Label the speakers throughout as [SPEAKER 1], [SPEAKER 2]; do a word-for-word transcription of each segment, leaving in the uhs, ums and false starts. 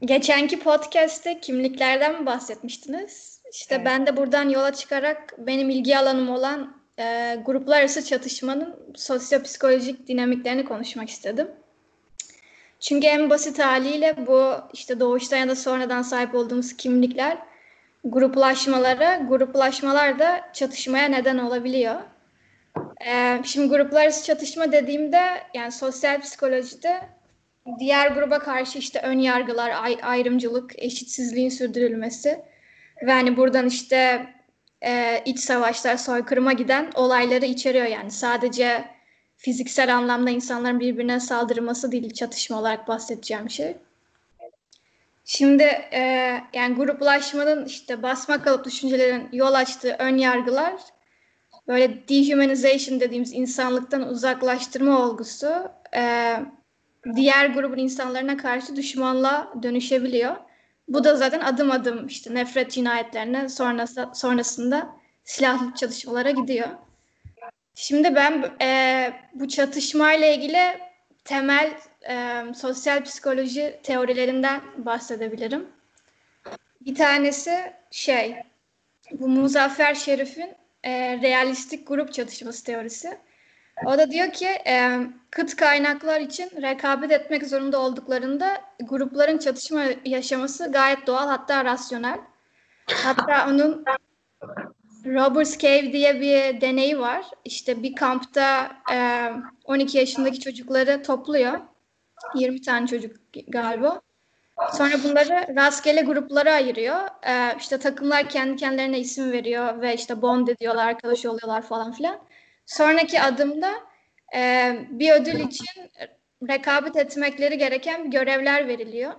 [SPEAKER 1] Geçenki podcast'te kimliklerden mi bahsetmiştiniz? İşte
[SPEAKER 2] Evet.
[SPEAKER 1] ben de buradan yola çıkarak benim ilgi alanım olan e, gruplar arası çatışmanın sosyopsikolojik dinamiklerini konuşmak istedim. Çünkü en basit haliyle bu işte doğuştan ya da sonradan sahip olduğumuz kimlikler gruplaşmalara, gruplaşmalar da çatışmaya neden olabiliyor. E, şimdi gruplar arası çatışma dediğimde yani sosyal psikolojide diğer gruba karşı işte ön yargılar, ay- ayrımcılık, eşitsizliğin sürdürülmesi ve hani buradan işte e, iç savaşlar, soykırıma giden olayları içeriyor yani. Sadece fiziksel anlamda insanların birbirine saldırması değil, çatışma olarak bahsedeceğim şey. Şimdi e, yani gruplaşmanın işte basma kalıp düşüncelerin yol açtığı ön yargılar böyle dehumanization dediğimiz insanlıktan uzaklaştırma olgusu e, diğer grubun insanlarına karşı düşmanlığa dönüşebiliyor. Bu da zaten adım adım işte nefret cinayetlerine sonrası, sonrasında silahlı çatışmalara gidiyor. Şimdi ben e, bu çatışmayla ilgili temel e, sosyal psikoloji teorilerinden bahsedebilirim. Bir tanesi şey, bu Muzaffer Şerif'in e, realistik grup çatışması teorisi. O da diyor ki e, kıt kaynaklar için rekabet etmek zorunda olduklarında grupların çatışma yaşaması gayet doğal hatta rasyonel. Hatta onun Robbers Cave diye bir deneyi var. İşte bir kampta e, on iki yaşındaki çocukları topluyor. yirmi tane çocuk galiba. Sonra bunları rastgele gruplara ayırıyor. Ee, işte takımlar kendi kendilerine isim veriyor ve işte bond ediyorlar, arkadaş oluyorlar falan filan. Sonraki adımda e, bir ödül için rekabet etmekleri gereken bir görevler veriliyor.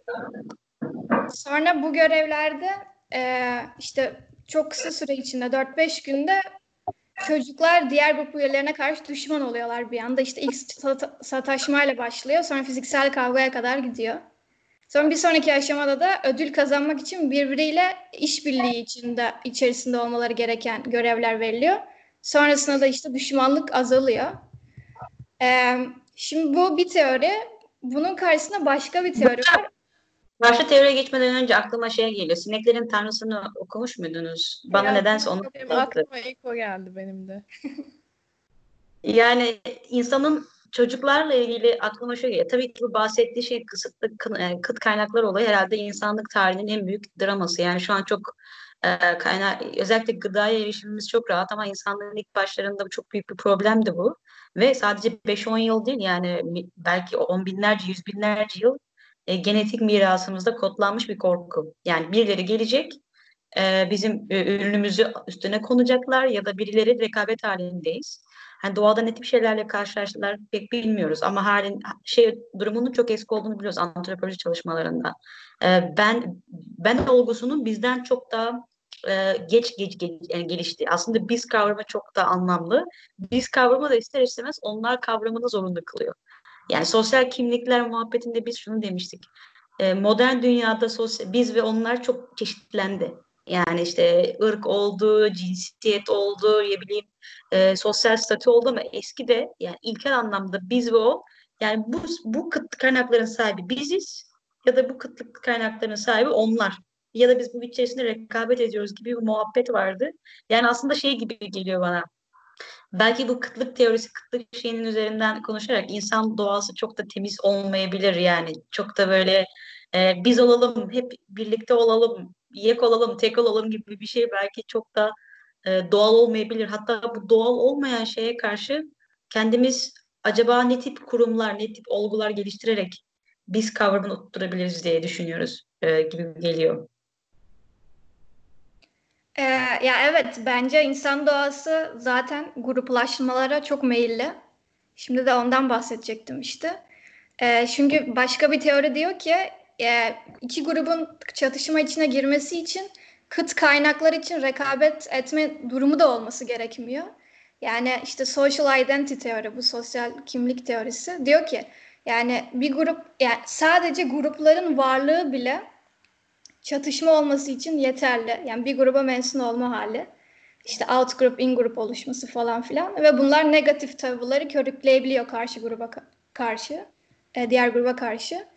[SPEAKER 1] Sonra bu görevlerde e, işte çok kısa süre içinde dört beş günde çocuklar diğer grup üyelerine karşı düşman oluyorlar bir anda. İşte ilk sata- sataşmayla başlıyor, sonra fiziksel kavgaya kadar gidiyor. Sonra bir sonraki aşamada da ödül kazanmak için birbiriyle işbirliği içinde içerisinde olmaları gereken görevler veriliyor. Sonrasında da işte düşmanlık azalıyor. Ee, şimdi bu bir teori. Bunun karşısında başka bir teori var.
[SPEAKER 2] Başka teoriye geçmeden önce aklıma şey geliyor. Sineklerin Tanrısı'nı okumuş muydunuz? Bana
[SPEAKER 1] Ya,
[SPEAKER 2] nedense onu
[SPEAKER 3] Benim
[SPEAKER 2] hatırlattı.
[SPEAKER 3] aklıma ilk o geldi benim de.
[SPEAKER 2] Yani insanın çocuklarla ilgili aklıma şey geliyor. Tabii ki bu bahsettiği şey kısıtlı kı- e, kıt kaynaklar olayı herhalde insanlık tarihinin en büyük draması. Yani şu an çok e, kaynak özellikle gıdaya erişimimiz çok rahat ama insanlığın ilk başlarında bu çok büyük bir problemdi bu. Ve sadece beş on yıl değil yani mi- belki on binlerce, yüz binlerce yıl e, genetik mirasımızda kodlanmış bir korku. Yani birileri gelecek, e, bizim e, ürünümüzü üstüne konacaklar ya da birileri rekabet halindeyiz. Hani doğada ne tip şeylerle karşılaştılar pek bilmiyoruz ama halin şey durumunun çok eski olduğunu biliyoruz antropoloji çalışmalarında. E, ben ben olgusunun bizden çok daha e, geç, geç, geç yani gelişti. Aslında biz kavramı çok da anlamlı. Biz kavramı da ister istemez onlar kavramını zorunda kılıyor. Yani sosyal kimlikler muhabbetinde biz şunu demiştik. E, modern dünyada sosyal, biz ve onlar çok çeşitlendi. Yani işte ırk oldu, cinsiyet oldu, ne bileyim e, sosyal statü oldu ama eski de yani ilkel anlamda biz ve o yani bu, bu kıt kaynakların sahibi biziz ya da bu kıtlık kaynakların sahibi onlar. Ya da biz bu içerisinde rekabet ediyoruz gibi bir muhabbet vardı. Yani aslında şey gibi geliyor bana. Belki bu kıtlık teorisi, kıtlık şeyinin üzerinden konuşarak insan doğası çok da temiz olmayabilir yani. Çok da böyle e, biz olalım, hep birlikte olalım, yek olalım, tek olalım gibi bir şey belki çok da e, doğal olmayabilir. Hatta bu doğal olmayan şeye karşı kendimiz acaba ne tip kurumlar, ne tip olgular geliştirerek biz kavramını oturtabiliriz diye düşünüyoruz e, gibi geliyor.
[SPEAKER 1] Ee, ya evet, bence insan doğası zaten gruplaşmalara çok meyilli. Şimdi de ondan bahsedecektim işte. Ee, çünkü başka bir teori diyor ki e, iki grubun çatışma içine girmesi için kıt kaynaklar için rekabet etme durumu da olması gerekmiyor. Yani işte social identity teori, bu sosyal kimlik teorisi diyor ki yani bir grup, yani sadece grupların varlığı bile çatışma olması için yeterli. Yani bir gruba mensup olma hali. İşte out group, in group oluşması falan filan. Ve bunlar negatif tavırları körükleyebiliyor karşı gruba karşı, e, diğer gruba karşı.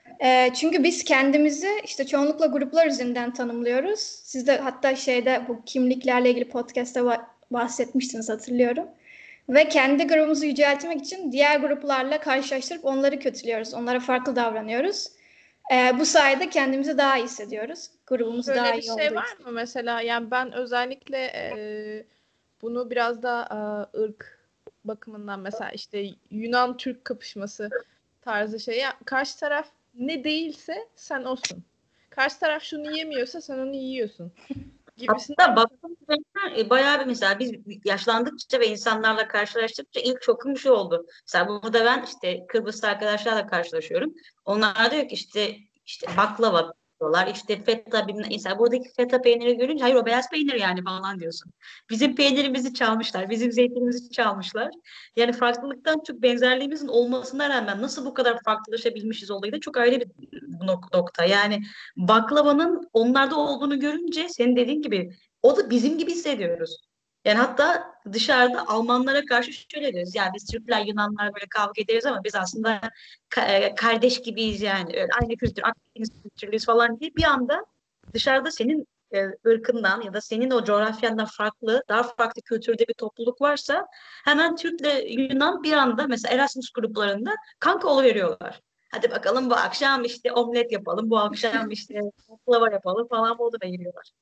[SPEAKER 1] Ee, çünkü biz kendimizi işte çoğunlukla gruplar üzerinden tanımlıyoruz. Siz de hatta şeyde bu kimliklerle ilgili podcast'ta ba- bahsetmiştiniz, hatırlıyorum. Ve kendi grubumuzu yüceltmek için diğer gruplarla karşılaştırıp onları kötülüyoruz. Onlara farklı davranıyoruz. Ee, bu sayede kendimizi daha iyi hissediyoruz. Grubumuz
[SPEAKER 3] Şöyle
[SPEAKER 1] daha
[SPEAKER 3] bir
[SPEAKER 1] iyi
[SPEAKER 3] şey
[SPEAKER 1] olduğu
[SPEAKER 3] var
[SPEAKER 1] için.
[SPEAKER 3] mı mesela? Yani ben özellikle e, bunu biraz da e, ırk bakımından mesela işte Yunan-Türk kapışması tarzı şey. Ya, karşı taraf ne değilse sen olsun. Karşı taraf şunu yemiyorsa sen onu yiyorsun
[SPEAKER 2] Hatta
[SPEAKER 3] gibisinden.
[SPEAKER 2] baktığım zaman e, bayağı bir mesela biz yaşlandıkça ve insanlarla karşılaştıkça ilk şokum şu oldu. Mesela burada ben işte Kıbrıs'ta arkadaşlarla karşılaşıyorum. Onlar diyor ki işte işte baklava diyorlar. İşte feta bilmem. Mesela buradaki feta peyniri görünce hayır o beyaz peynir yani falan diyorsun. Bizim peynirimizi çalmışlar. Bizim zeytinimizi çalmışlar. Yani farklılıktan çok benzerliğimizin olmasına rağmen nasıl bu kadar farklılaşabilmişiz olayı da çok ayrı bir nok- nokta. Yani baklavanın onlarda olduğunu görünce senin dediğin gibi o da bizim gibi hissediyoruz. Yani hatta dışarıda Almanlara karşı şöyle diyoruz. Yani biz Türkler, Yunanlar böyle kavga ederiz ama biz aslında ka- e, kardeş gibiyiz yani. Öyle aynı kültür, Akdeniz kültürlüyüz falan diye bir anda dışarıda senin e, ırkından ya da senin o coğrafyandan farklı, daha farklı kültürde bir topluluk varsa hemen Türkle Yunan bir anda mesela Erasmus gruplarında kanka oluveriyorlar. Hadi bakalım bu akşam işte omlet yapalım, bu akşam işte baklava yapalım falan moduna giriyorlar.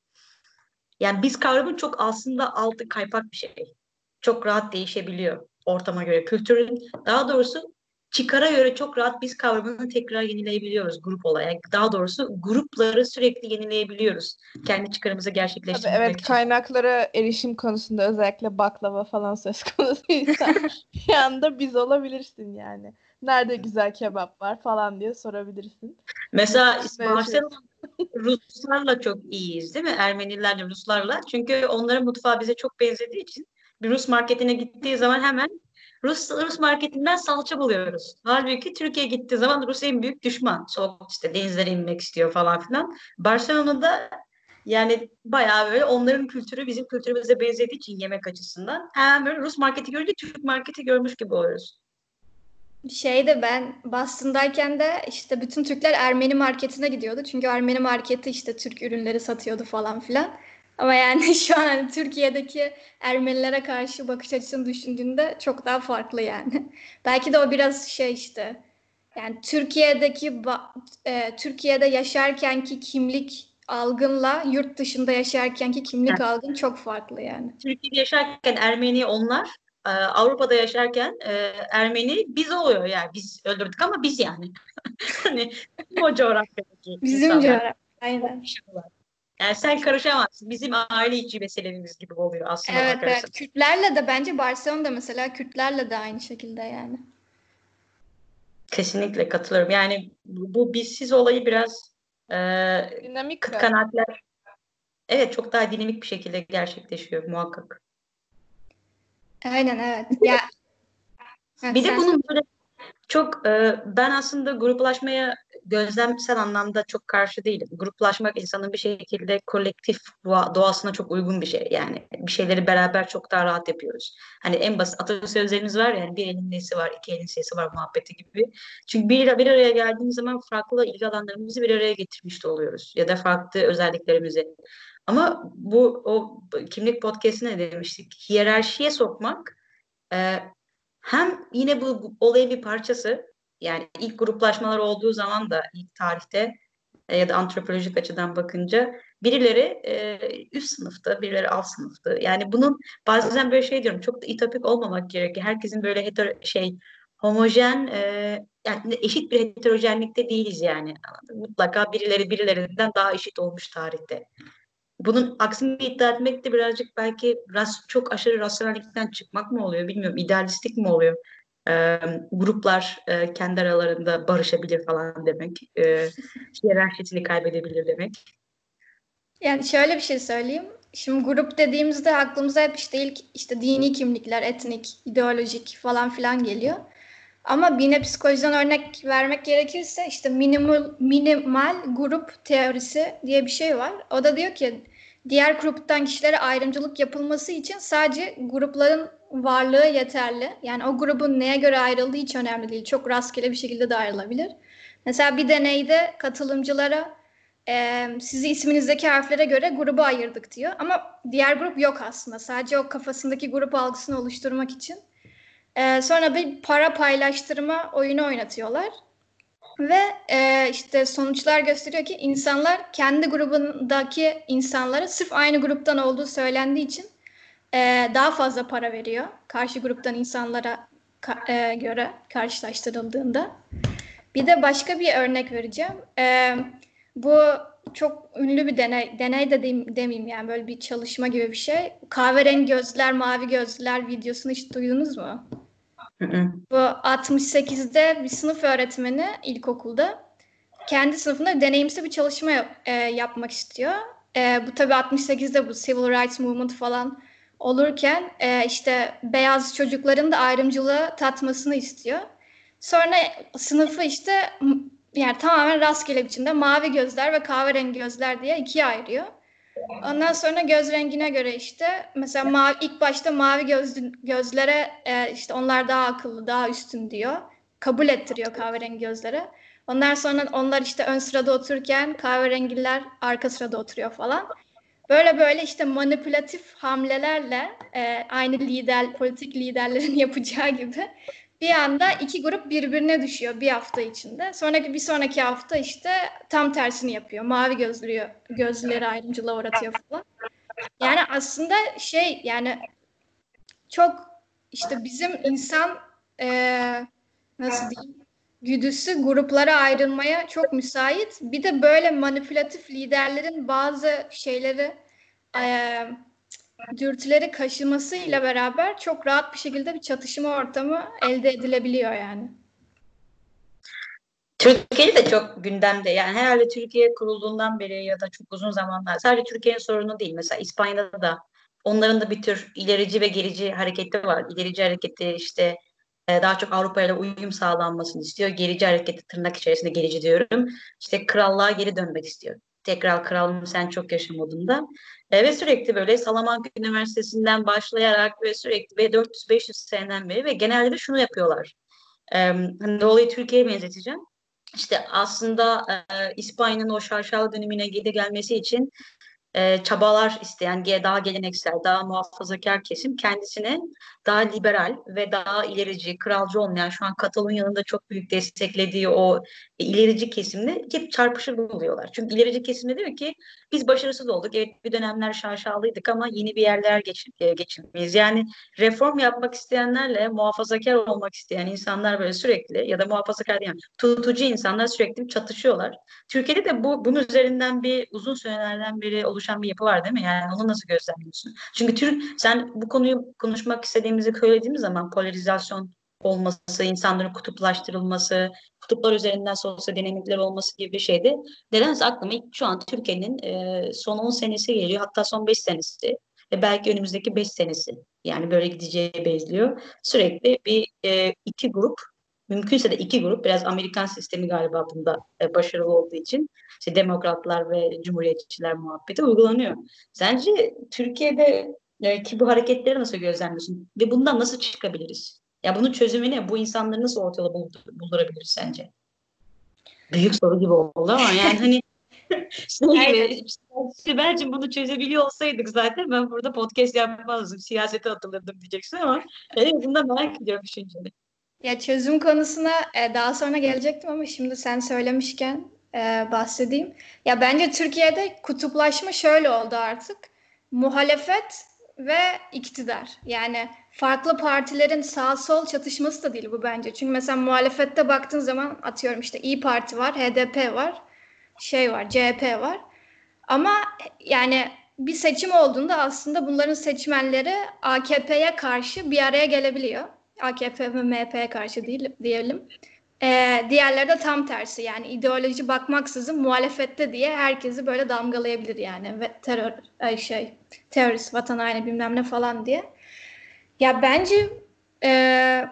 [SPEAKER 2] Yani biz kavramın çok aslında altı kaypak bir şey. Çok rahat değişebiliyor ortama göre. Kültürün daha doğrusu çıkara göre çok rahat biz kavramını tekrar yenileyebiliyoruz grup olarak. Yani daha doğrusu grupları sürekli yenileyebiliyoruz. Kendi çıkarımızı
[SPEAKER 3] Tabii
[SPEAKER 2] gerçekleştirmek
[SPEAKER 3] evet,
[SPEAKER 2] için.
[SPEAKER 3] kaynaklara erişim konusunda özellikle baklava falan söz konusuysa bir anda biz olabilirsin yani. Nerede güzel kebap var falan diye sorabilirsin.
[SPEAKER 2] Mesela
[SPEAKER 3] Üstüne yaşıyoruz.
[SPEAKER 2] Barcelona Ruslarla çok iyiyiz değil mi? Ermenilerle, Ruslarla. Çünkü onların mutfağı bize çok benzediği için bir Rus marketine gittiği zaman hemen Rus, Rus marketinden salça buluyoruz. Halbuki Türkiye'ye gittiği zaman Rus en büyük düşman. Soğuk işte denizlere inmek istiyor falan filan. Barcelona'da yani bayağı böyle onların kültürü bizim kültürümüze benzediği için yemek açısından hemen böyle Rus marketi görünce Türk marketi görmüş gibi oluyoruz.
[SPEAKER 1] Şeyde ben Boston'dayken de işte bütün Türkler Ermeni marketine gidiyordu. Çünkü Ermeni marketi işte Türk ürünleri satıyordu falan filan. Ama yani şu an hani Türkiye'deki Ermenilere karşı bakış açısını düşündüğünde çok daha farklı yani. Belki de o biraz şey işte yani Türkiye'deki ba- e, Türkiye'de yaşarkenki kimlik algınla yurt dışında yaşarkenki kimlik algın çok farklı yani.
[SPEAKER 2] Türkiye'de yaşarken Ermeni onlar, e, Avrupa'da yaşarken e, Ermeni biz oluyor yani biz öldürdük ama biz yani. Hani o coğrafyadaki
[SPEAKER 1] Bizim
[SPEAKER 2] insanlar.
[SPEAKER 1] coğrafya. Aynen.
[SPEAKER 2] Yani sen karışamazsın. Bizim aile içi meselemiz gibi oluyor aslında
[SPEAKER 1] Evet,
[SPEAKER 2] bakarsan.
[SPEAKER 1] evet. Kürtlerle de bence Barcelona'da mesela Kürtlerle de aynı şekilde yani.
[SPEAKER 2] Kesinlikle katılıyorum. Yani bu, bu bizsiz olayı biraz e,
[SPEAKER 3] Dinamik
[SPEAKER 2] kıt
[SPEAKER 3] galiba.
[SPEAKER 2] kanaatler evet çok daha dinamik bir şekilde gerçekleşiyor muhakkak.
[SPEAKER 1] Aynen, evet. Ya, ha,
[SPEAKER 2] Bir de
[SPEAKER 1] sen
[SPEAKER 2] bunun böyle çok e, ben aslında gruplaşmaya gözlemsel anlamda çok karşı değilim. Gruplaşmak insanın bir şekilde kolektif doğa- doğasına çok uygun bir şey. Yani bir şeyleri beraber çok daha rahat yapıyoruz. Hani en basit atasözlerimiz var ya yani bir elin nesi var, iki elin sesi var muhabbeti gibi. Çünkü bir, bir araya geldiğimiz zaman farklı ilgi alanlarımızı bir araya getirmiş de oluyoruz. Ya da farklı özelliklerimizi. Ama bu o kimlik podcast'ine ne demiştik? Hiyerarşiye sokmak e, hem yine bu olayın bir parçası yani ilk gruplaşmalar olduğu zaman da ilk tarihte e, ya da antropolojik açıdan bakınca birileri e, üst sınıfta, birileri alt sınıftı. Yani bunun bazen böyle şey diyorum çok da itopik olmamak gerekiyor. Herkesin böyle hetero, şey homojen e, yani eşit bir heterojenlikte değiliz yani. Mutlaka birileri birilerinden daha eşit olmuş tarihte. Bunun aksini iddia etmek de birazcık belki ras, çok aşırı rasyonellikten çıkmak mı oluyor bilmiyorum. İdealistik mi oluyor? Ee, gruplar e, kendi aralarında barışabilir falan demek. Ee, hiyerarşisini kaybedebilir demek.
[SPEAKER 1] yani şöyle bir şey söyleyeyim. Şimdi grup dediğimizde aklımıza hep işte ilk işte dini kimlikler, etnik, ideolojik falan filan geliyor. Ama yine psikolojiden örnek vermek gerekirse işte minimal, minimal grup teorisi diye bir şey var. O da diyor ki diğer gruptan kişilere ayrımcılık yapılması için sadece grupların varlığı yeterli. Yani o grubun neye göre ayrıldığı hiç önemli değil. Çok rastgele bir şekilde de ayrılabilir. Mesela bir deneyde katılımcılara e, sizi isminizdeki harflere göre gruba ayırdık diyor. Ama diğer grup yok aslında. Sadece o kafasındaki grup algısını oluşturmak için. E, sonra bir para paylaştırma oyunu oynatıyorlar. Ve e, işte sonuçlar gösteriyor ki insanlar kendi grubundaki insanlara sırf aynı gruptan olduğu söylendiği için e, daha fazla para veriyor. Karşı gruptan insanlara ka- e, göre karşılaştırıldığında. Bir de başka bir örnek vereceğim. E, bu çok ünlü bir deney, deney de dem- demeyeyim yani böyle bir çalışma gibi bir şey. Kahverengi gözlüler, mavi gözlüler videosunu hiç duydunuz mu?
[SPEAKER 2] Hı hı.
[SPEAKER 1] Bu altmış sekizde bir sınıf öğretmeni ilkokulda kendi sınıfında deneyimsel bir çalışma e, yapmak istiyor. E, bu tabii altmış sekizde bu Civil Rights Movement falan olurken e, işte beyaz çocukların da ayrımcılığı tatmasını istiyor. Sonra sınıfı işte yani tamamen rastgele biçimde mavi gözler ve kahverengi gözler diye ikiye ayırıyor. Ondan sonra göz rengine göre işte mesela mavi, ilk başta mavi gözlü, gözlere e, işte onlar daha akıllı, daha üstün diyor. Kabul ettiriyor kahverengi gözlere. Ondan sonra onlar işte ön sırada otururken kahverengiler arka sırada oturuyor falan. Böyle böyle işte manipülatif hamlelerle e, aynı lider, politik liderlerin yapacağı gibi bir anda iki grup birbirine düşüyor bir hafta içinde. Sonraki bir sonraki hafta işte tam tersini yapıyor. Mavi gözlüyor, gözlüleri ayrımcılığa uğratıyor falan. Yani aslında şey yani çok işte bizim insan e, nasıl diyeyim güdüsü gruplara ayrılmaya çok müsait. Bir de böyle manipülatif liderlerin bazı şeyleri e, dürtüleri kaşımasıyla beraber çok rahat bir şekilde bir çatışma ortamı elde edilebiliyor yani.
[SPEAKER 2] Türkiye'de de çok gündemde. Yani herhalde Türkiye kurulduğundan beri ya da çok uzun zamanlar sadece Türkiye'nin sorunu değil. Mesela İspanya'da da onların da bir tür ilerici ve gerici hareketi var. İlerici hareketi işte e, daha çok Avrupa ile uyum sağlanmasını istiyor. Gerici hareketi tırnak içerisinde gerici diyorum. İşte krallığa geri dönmek istiyor. Tekrar kralım sen çok yaşa modunda. E, ve sürekli böyle Salamanca Üniversitesi'nden başlayarak ve sürekli ve dört yüz beş yüz seneden beri ve genelde de şunu yapıyorlar. E, hani olayı Türkiye'ye benzeteceğim. İşte aslında e, İspanya'nın o şarşalı dönemine geri gelmesi için e, çabalar isteyen ge- daha geleneksel, daha muhafazakar kesim kendisine daha liberal ve daha ilerici, kralcı olmayan şu an Katalonya'nın da çok büyük desteklediği o e, ilerici kesimle hep çarpışır buluyorlar. Çünkü ilerici kesimde diyor ki biz başarısız olduk. Evet bir dönemler şaşalıydık ama yeni bir yerler geç, e, geçirmeyiz. Yani reform yapmak isteyenlerle muhafazakar olmak isteyen insanlar böyle sürekli ya da muhafazakar değil, yani tutucu insanlar sürekli çatışıyorlar. Türkiye'de de bu bunun üzerinden bir uzun sürelerden beri oluşan bir yapı var değil mi? Yani onu nasıl gözlemliyorsun? Çünkü Türk sen bu konuyu konuşmak istediğimizi söylediğimiz zaman polarizasyon olması, insanların kutuplaştırılması, kutuplar üzerinden sosyal dinamikler olması gibi bir şeydi. Nedense aklıma ilk şu an Türkiye'nin e, son on senesi geliyor. Hatta son beş senesi ve belki önümüzdeki beş senesi. Yani böyle gideceği benziyor. Sürekli bir e, iki grup mümkünse de iki grup biraz Amerikan sistemi galiba bunda e, başarılı olduğu için işte demokratlar ve cumhuriyetçiler muhabbeti uygulanıyor. Sence Türkiye'de e, ki bu hareketleri nasıl gözlemliyorsun ve bundan nasıl çıkabiliriz? Ya bunun çözümü ne? Bu insanları nasıl ortada buldur- buldurabiliriz sence? Büyük soru gibi oldu ama yani hani şey
[SPEAKER 1] Aynen.
[SPEAKER 2] gibi Sibel'cim bunu çözebiliyor olsaydık zaten ben burada podcast yapmazdım. Siyasete atılırdım diyeceksin ama en azından merak ediyorum düşünceni.
[SPEAKER 1] Ya çözüm konusuna e, daha sonra gelecektim ama şimdi sen söylemişken e, bahsedeyim. Ya bence Türkiye'de kutuplaşma şöyle oldu artık. Muhalefet ve iktidar. Yani farklı partilerin sağ sol çatışması da değil bu bence. Çünkü mesela muhalefette baktığın zaman atıyorum işte İyi Parti var, H D P var, şey var, C H P var. Ama yani bir seçim olduğunda aslında bunların seçmenleri A K P'ye karşı bir araya gelebiliyor. A K P ve M H P'ye karşı değil diyelim. Ee, diğerleri de tam tersi yani ideoloji bakmaksızın muhalefette diye herkesi böyle damgalayabilir yani ve terör şey terörist vatan haini bilmem ne falan diye. Ya bence e,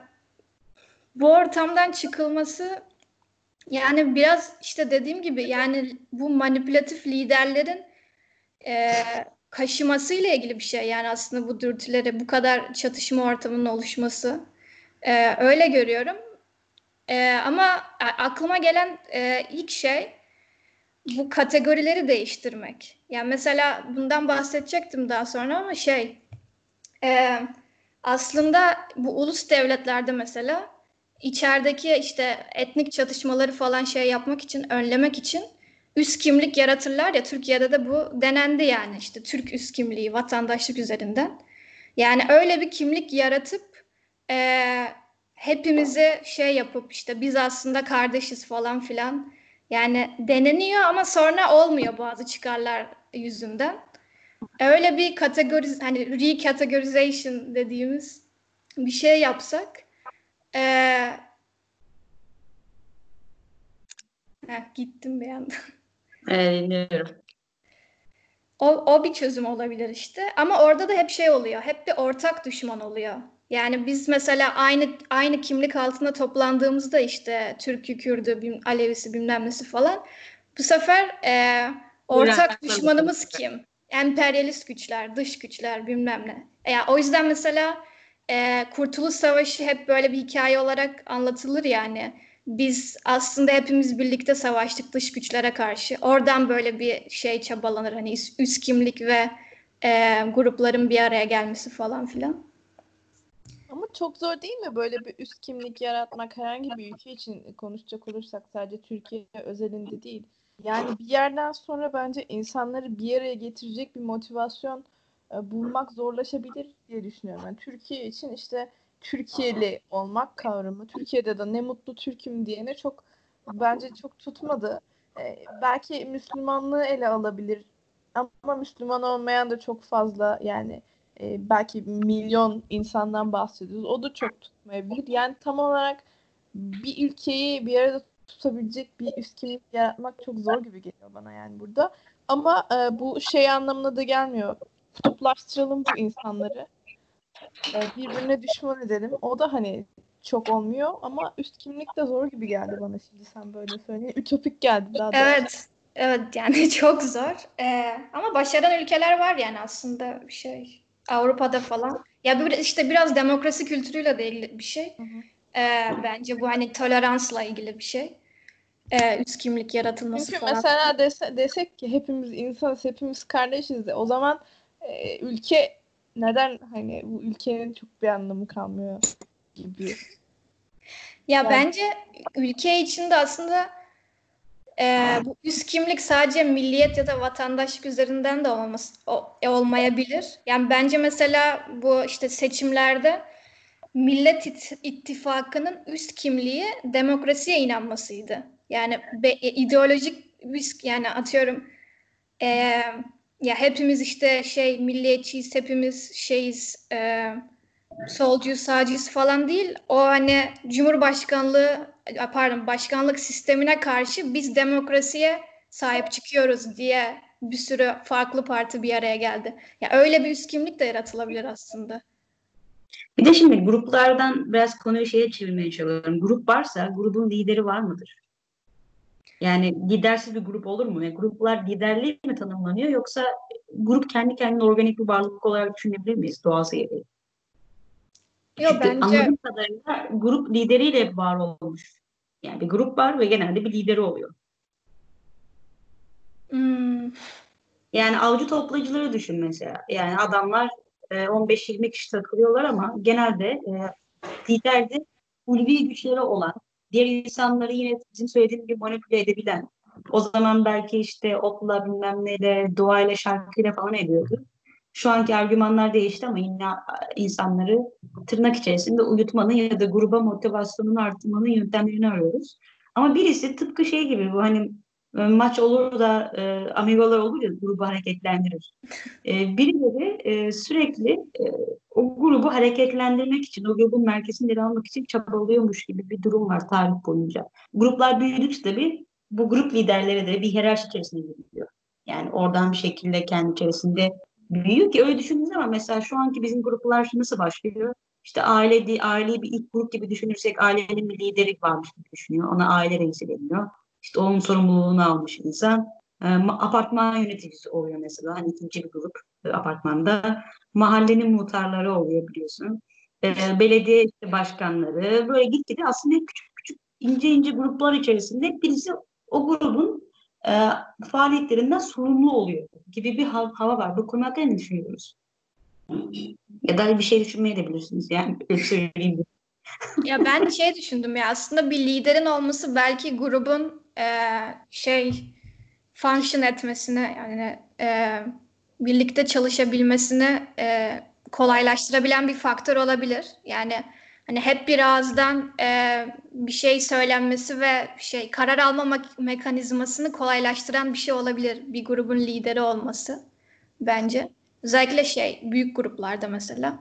[SPEAKER 1] bu ortamdan çıkılması yani biraz işte dediğim gibi yani bu manipülatif liderlerin e, kaşımasıyla ilgili bir şey yani aslında bu dürtüleri bu kadar çatışma ortamının oluşması. E, öyle görüyorum. Ee, ama a- aklıma gelen e, ilk şey bu kategorileri değiştirmek. Yani mesela bundan bahsedecektim daha sonra ama şey e, aslında bu ulus devletlerde mesela içerideki işte etnik çatışmaları falan şey yapmak için, önlemek için üst kimlik yaratırlar ya, Türkiye'de de bu denendi yani, işte Türk üst kimliği vatandaşlık üzerinden. Yani öyle bir kimlik yaratıp e, hepimizi şey yapıp işte biz aslında kardeşiz falan filan. Yani deneniyor ama sonra olmuyor bazı çıkarlar yüzünden. Öyle bir kategori, hani recategorization dediğimiz bir şey yapsak e, heh, gittim bir anda.
[SPEAKER 2] Ee, dinliyorum.
[SPEAKER 1] O, o bir çözüm olabilir işte. Ama orada da hep şey oluyor. Hep bir ortak düşman oluyor. Yani biz mesela aynı aynı kimlik altında toplandığımızda işte Türk'ü, Kürd'ü, bim- Alevisi bilmem nesi falan. Bu sefer e, ortak düşmanımız kim? Emperyalist güçler, dış güçler bilmem ne. E, Ya, o yüzden mesela e, Kurtuluş Savaşı hep böyle bir hikaye olarak anlatılır yani. Biz aslında hepimiz birlikte savaştık dış güçlere karşı. Oradan böyle bir şey çabalanır. Hani üst, üst kimlik ve e, grupların bir araya gelmesi falan filan.
[SPEAKER 3] Ama çok zor değil mi böyle bir üst kimlik yaratmak herhangi bir ülke için konuşacak olursak sadece Türkiye özelinde değil. Yani bir yerden sonra bence insanları bir araya getirecek bir motivasyon e, bulmak zorlaşabilir diye düşünüyorum. Yani Türkiye için işte Türkiye'li olmak kavramı, Türkiye'de de ne mutlu Türk'üm diyene çok bence çok tutmadı. E, belki Müslümanlığı ele alabilir ama Müslüman olmayan da çok fazla yani e, belki milyon insandan bahsediyoruz. O da çok tutmayabilir. Yani tam olarak bir ülkeyi bir arada tutabilecek bir üst kimlik yaratmak çok zor gibi geliyor bana yani burada. Ama e, bu şey anlamına da gelmiyor. Kutuplaştıralım bu insanları. E, birbirine düşman edelim. O da hani çok olmuyor ama üst kimlik de zor gibi geldi bana şimdi sen böyle söyleyince. Ütopik geldi daha doğrusu.
[SPEAKER 1] Evet, evet yani çok zor. E, ama başaran ülkeler var yani aslında şey Avrupa'da falan. Ya bir, işte biraz demokrasi kültürüyle de ilgili bir şey.
[SPEAKER 3] Hı hı.
[SPEAKER 1] E, bence bu hani toleransla ilgili bir şey. E, üst kimlik yaratılması
[SPEAKER 3] Çünkü
[SPEAKER 1] falan.
[SPEAKER 3] mesela dese, desek ki hepimiz insanız, hepimiz kardeşiz de o zaman e, ülke neden hani bu ülkenin çok bir anlamı kalmıyor gibi.
[SPEAKER 1] Ya
[SPEAKER 3] Yani
[SPEAKER 1] bence ülke içinde aslında e, bu üst kimlik sadece milliyet ya da vatandaşlık üzerinden de olmaması, o- e, olmayabilir. Yani bence mesela bu işte seçimlerde Millet İt- İttifakı'nın üst kimliği demokrasiye inanmasıydı. Yani be, e, ideolojik üst, yani atıyorum e, ya hepimiz işte şey milliyetçiyiz, hepimiz şeyiz, e, solcuyuz, sağcıyız falan değil. O hani Cumhurbaşkanlığı, pardon, başkanlık sistemine karşı biz demokrasiye sahip çıkıyoruz diye bir sürü farklı parti bir araya geldi. Ya öyle bir üst kimlik de yaratılabilir aslında.
[SPEAKER 2] Bir de şimdi gruplardan biraz konuyu şeye çevirmeye çalışıyorum. Grup varsa grubun lideri var mıdır? Yani lidersiz bir grup olur mu? Yani gruplar liderliği mi tanımlanıyor yoksa grup kendi kendine organik bir varlık olarak düşünebilir miyiz doğası gereği?
[SPEAKER 1] Yo
[SPEAKER 2] Çünkü
[SPEAKER 1] bence
[SPEAKER 2] anladığım kadarıyla grup lideriyle hep var olmuş. Yani bir grup var ve genelde bir lideri oluyor.
[SPEAKER 1] hmm,
[SPEAKER 2] Yani avcı toplayıcıları düşün mesela. Yani adamlar e, on beş yirmi kişi takılıyorlar ama genelde e, liderde ulvi güçleri olan, diğer insanları yine bizim söylediğimiz gibi manipüle edebilen, o zaman belki işte okla bilmem neyle, doğayla, şarkıyla falan ediyordu. Şu anki argümanlar değişti ama yine insanları tırnak içerisinde uyutmanın ya da gruba motivasyonunu artırmanın yöntemlerini arıyoruz. Ama birisi tıpkı şey gibi bu hani e, maç olur da e, amigolar olur ya grubu hareketlendirir. E, birileri e, sürekli e, o grubu hareketlendirmek için, o grubun merkezinde yer almak için çabalıyormuş gibi bir durum var tarih boyunca. Gruplar büyüdükçe tabii bu grup liderleri de bir hiyerarşi içerisine giriyor. Yani oradan bir şekilde kendi içerisinde büyüyor ki öyle düşündüğünüz zaman mesela şu anki bizim gruplar nasıl başlıyor? İşte aile, aileyi bir ilk grup gibi düşünürsek ailenin bir lideri varmış gibi düşünüyor. Ona aile reisi deniyor. İşte onun sorumluluğunu almış insan. E, apartman yöneticisi oluyor mesela. Hani ikinci bir grup e, apartmanda. Mahallenin muhtarları oluyor biliyorsun. E, belediye işte başkanları. Böyle gitgide aslında hep küçük küçük ince ince gruplar içerisinde birisi o grubun e, faaliyetlerinden sorumlu oluyor gibi bir hav- hava var. Bu konu hakkında ne düşünüyoruz? Ya da bir şey düşünmeye de bilirsiniz. Yani öyle söyleyeyim.
[SPEAKER 1] Ya ben şey düşündüm ya aslında bir liderin olması belki grubun eee, şey function etmesine yani eee, birlikte çalışabilmesini eee, kolaylaştırabilen bir faktör olabilir. Yani hani hep bir ağızdan eee, bir şey söylenmesi ve şey karar alma mek- mekanizmasını kolaylaştıran bir şey olabilir bir grubun lideri olması bence. Özellikle şey büyük gruplarda mesela.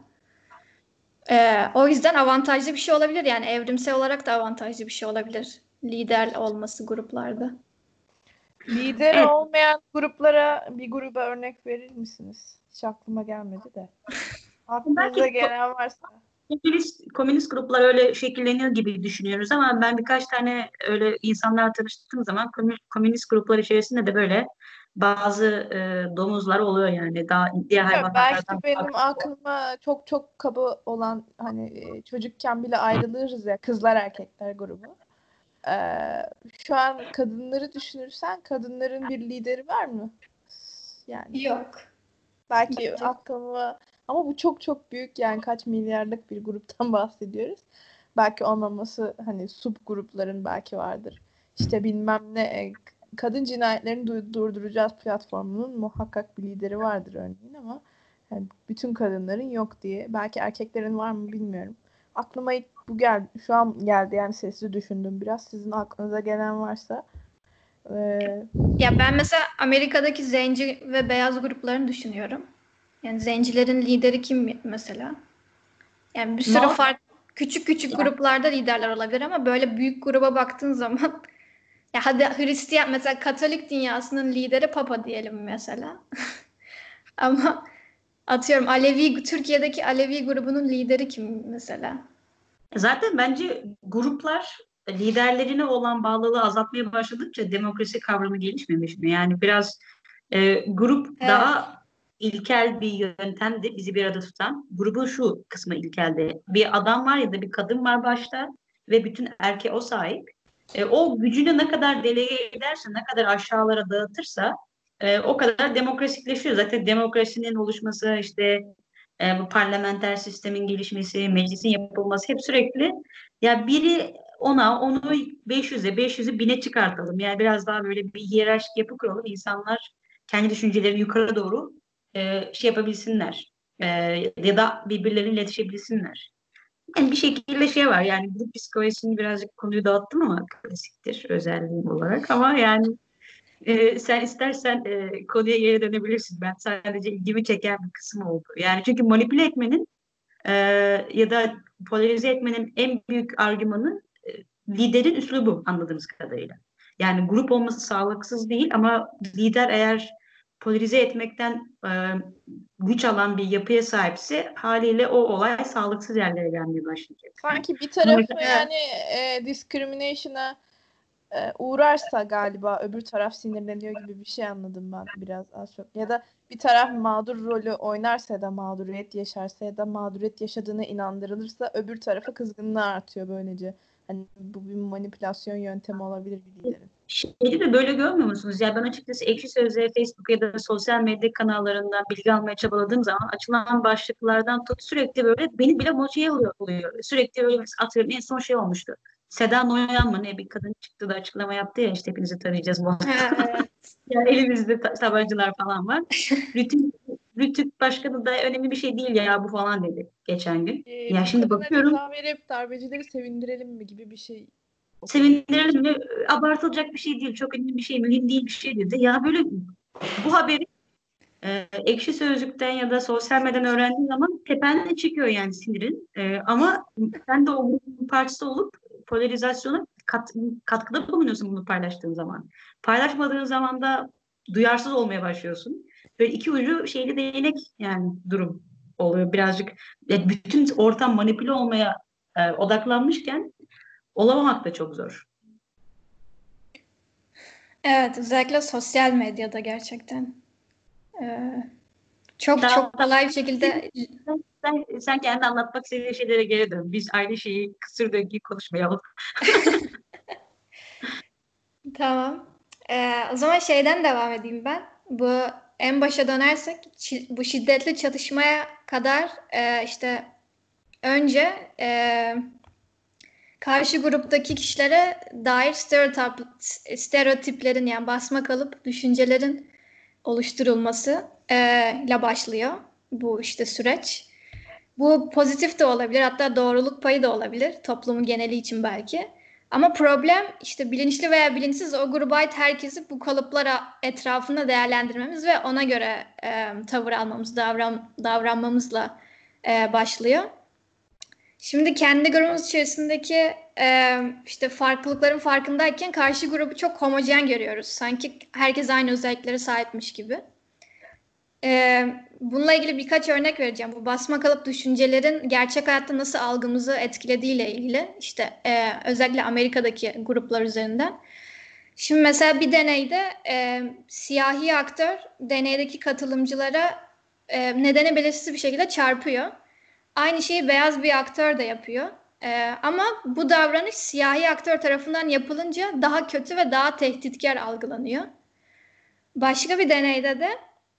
[SPEAKER 1] Ee, o yüzden avantajlı bir şey olabilir yani evrimsel olarak da avantajlı bir şey olabilir lider olması gruplarda.
[SPEAKER 3] Lideri
[SPEAKER 2] Evet,
[SPEAKER 3] olmayan gruplara bir gruba örnek verir misiniz? Hiç aklıma gelmedi de. Aklınıza
[SPEAKER 2] belki
[SPEAKER 3] gelen varsa.
[SPEAKER 2] komünist, komünist gruplar öyle şekilleniyor gibi düşünüyoruz ama ben birkaç tane öyle insanlarla tanıştığım zaman komü- komünist gruplar içerisinde de böyle bazı e, domuzlar oluyor yani daha diğer
[SPEAKER 3] Bilmiyorum,
[SPEAKER 2] hayvanlardan
[SPEAKER 3] belki benim
[SPEAKER 2] farklı.
[SPEAKER 3] aklıma çok çok kaba olan hani e, çocukken bile ayrılırız ya kızlar erkekler grubu. Ee, Şu an kadınları düşünürsen kadınların bir lideri var mı? Yani
[SPEAKER 1] Yok.
[SPEAKER 3] belki
[SPEAKER 1] Bence.
[SPEAKER 3] aklıma ama bu çok çok büyük yani kaç milyarlık bir gruptan bahsediyoruz. Belki olmaması hani sub grupların belki vardır. İşte bilmem ne e, kadın cinayetlerini du- durduracağız platformunun muhakkak bir lideri vardır örneğin ama yani bütün kadınların yok diye. Belki erkeklerin var mı bilmiyorum. Aklıma ilk bu geldi. Şu an geldi yani sessiz düşündüm biraz. Sizin aklınıza gelen varsa. Ee,
[SPEAKER 1] Ya ben mesela Amerika'daki zenci ve beyaz gruplarını düşünüyorum. Yani zencilerin lideri kim mesela? Yani bir sürü
[SPEAKER 2] No,
[SPEAKER 1] fark küçük küçük gruplarda liderler olabilir ama böyle büyük gruba baktığın zaman ya hadi Hristiyan mesela Katolik dünyasının lideri Papa diyelim mesela. Ama atıyorum Alevi Türkiye'deki Alevi grubunun lideri kim mesela?
[SPEAKER 2] zaten bence gruplar liderlerine olan bağlılığı azaltmaya başladıkça demokrasi kavramı gelişmemiş mi? Yani biraz e, grup
[SPEAKER 1] Evet.
[SPEAKER 2] daha ilkel bir yöntemdi bizi bir arada tutan. Grubun şu kısmı ilkeldi. Bir adam var ya da bir kadın var başta ve bütün erkeğe o sahip. E, o gücünü ne kadar delege ederse, ne kadar aşağılara dağıtırsa e, o kadar demokrasikleşiyor. Zaten demokrasinin oluşması işte e, bu parlamenter sistemin gelişmesi, meclisin yapılması hep sürekli ya biri ona, onu beş yüze, beş yüzü bine çıkartalım. Yani biraz daha böyle bir hiyerarşik yapı kuralım. İnsanlar kendi düşüncelerini yukarı doğru e, şey yapabilsinler. E, ya da birbirleriyle iletişebilsinler. Yani bir şekilde şey var yani grup psikolojisini birazcık konuyu dağıttım ama klasiktir özelliğim olarak ama yani ee, sen istersen e, konuya geri dönebilirsin. Ben sadece ilgimi çeken bir kısım oldu. Yani çünkü manipüle etmenin e, ya da polarize etmenin en büyük argümanı e, liderin üslubu anladığımız kadarıyla. Yani grup olması sağlıksız değil ama lider eğer polarize etmekten e, güç alan bir yapıya sahipse haliyle o olay sağlıksız yerlere gelmeye başlayacak.
[SPEAKER 3] Sanki bir
[SPEAKER 2] Ama
[SPEAKER 3] tarafı
[SPEAKER 2] mesela
[SPEAKER 1] Evet.
[SPEAKER 3] yani e, discrimination'a e, uğrarsa galiba öbür taraf sinirleniyor gibi bir şey anladım ben biraz az çok. Ya da bir taraf mağdur rolü oynarsa ya da mağduriyet yaşarsa ya da mağduriyet yaşadığına inandırılırsa öbür tarafa kızgınlığı artıyor böylece. Hani bu bir manipülasyon yöntemi olabilir bir liderin.
[SPEAKER 2] şeyi de böyle görmüyor musunuz? Ya ben açıkçası Ekşi Sözlüğe, Facebook ya da sosyal medya kanallarından bilgi almaya çabaladığım zaman açılan başlıklardan tut sürekli böyle beni bile motive oluyor. oluyor. Sürekli böyle mesela atıyorum en son şey olmuştu. Seda Noyan mı ne bir kadın çıktı da açıklama yaptı ya işte hepinizi tarayacağız bu.
[SPEAKER 1] Ha, evet.
[SPEAKER 2] Yani elimizde ta- tabancalar falan var. Rütük, Rütük Başkanı da önemli bir şey değil ya bu falan dedi geçen gün.
[SPEAKER 3] E,
[SPEAKER 2] Ya
[SPEAKER 3] bu
[SPEAKER 2] şimdi
[SPEAKER 3] kadına
[SPEAKER 2] bakıyorum
[SPEAKER 3] ceza verip darbecileri sevindirelim mi gibi bir şey okudum.
[SPEAKER 2] sevindirelim mi? Abartılacak bir şey değil. Çok önemli bir şey, mühim değil bir şey dedi. Ya böyle bu haberi e, Ekşi Sözlük'ten ya da sosyal medyadan öğrendiğin zaman tepende çıkıyor yani sinirin. E, ama sen de o grubun parçası olup polarizasyona kat, katkıda bulunuyorsun bunu paylaştığın zaman. Paylaşmadığın zaman da duyarsız olmaya başlıyorsun. Böyle iki ucu şeyli değnek yani durum oluyor birazcık. E, bütün ortam manipüle olmaya e, odaklanmışken olamamak da çok zor.
[SPEAKER 1] Evet, özellikle sosyal medyada gerçekten. Ee, çok
[SPEAKER 2] Tamam,
[SPEAKER 1] çok
[SPEAKER 2] tamam.
[SPEAKER 1] kolay bir şekilde
[SPEAKER 2] Sen, sen, sen kendi anlatmak istediğin şeylere geri dön. Biz aynı şeyi kısır döngüyü konuşmayalım.
[SPEAKER 1] Tamam. Ee, o zaman şeyden devam edeyim ben. Bu en başa dönersek şi- bu şiddetli çatışmaya kadar e, işte önce e, karşı gruptaki kişilere dair stereotip, stereotiplerin yani basma kalıp düşüncelerin oluşturulması e, ile başlıyor bu işte süreç. Bu pozitif de olabilir, hatta doğruluk payı da olabilir toplumun geneli için belki. Ama problem işte bilinçli veya bilinçsiz o gruba ait herkesi bu kalıplara etrafında değerlendirmemiz ve ona göre e, tavır almamız, davran, davranmamızla e, başlıyor. Şimdi kendi grubumuz içerisindeki e, işte farklılıkların farkındayken karşı grubu çok homojen görüyoruz. Sanki herkes aynı özelliklere sahipmiş gibi. E, bununla ilgili birkaç örnek vereceğim. Bu basma kalıp düşüncelerin gerçek hayatta nasıl algımızı etkilediğiyle ilgili. İşte e, özellikle Amerika'daki gruplar üzerinden. Şimdi mesela bir deneyde e, siyahi aktör deneydeki katılımcılara e, nedeni belirsiz bir şekilde çarpıyor. Aynı şeyi beyaz bir aktör de yapıyor. Ee, ama bu davranış siyahi aktör tarafından yapılınca daha kötü ve daha tehditkar algılanıyor. Başka bir deneyde de,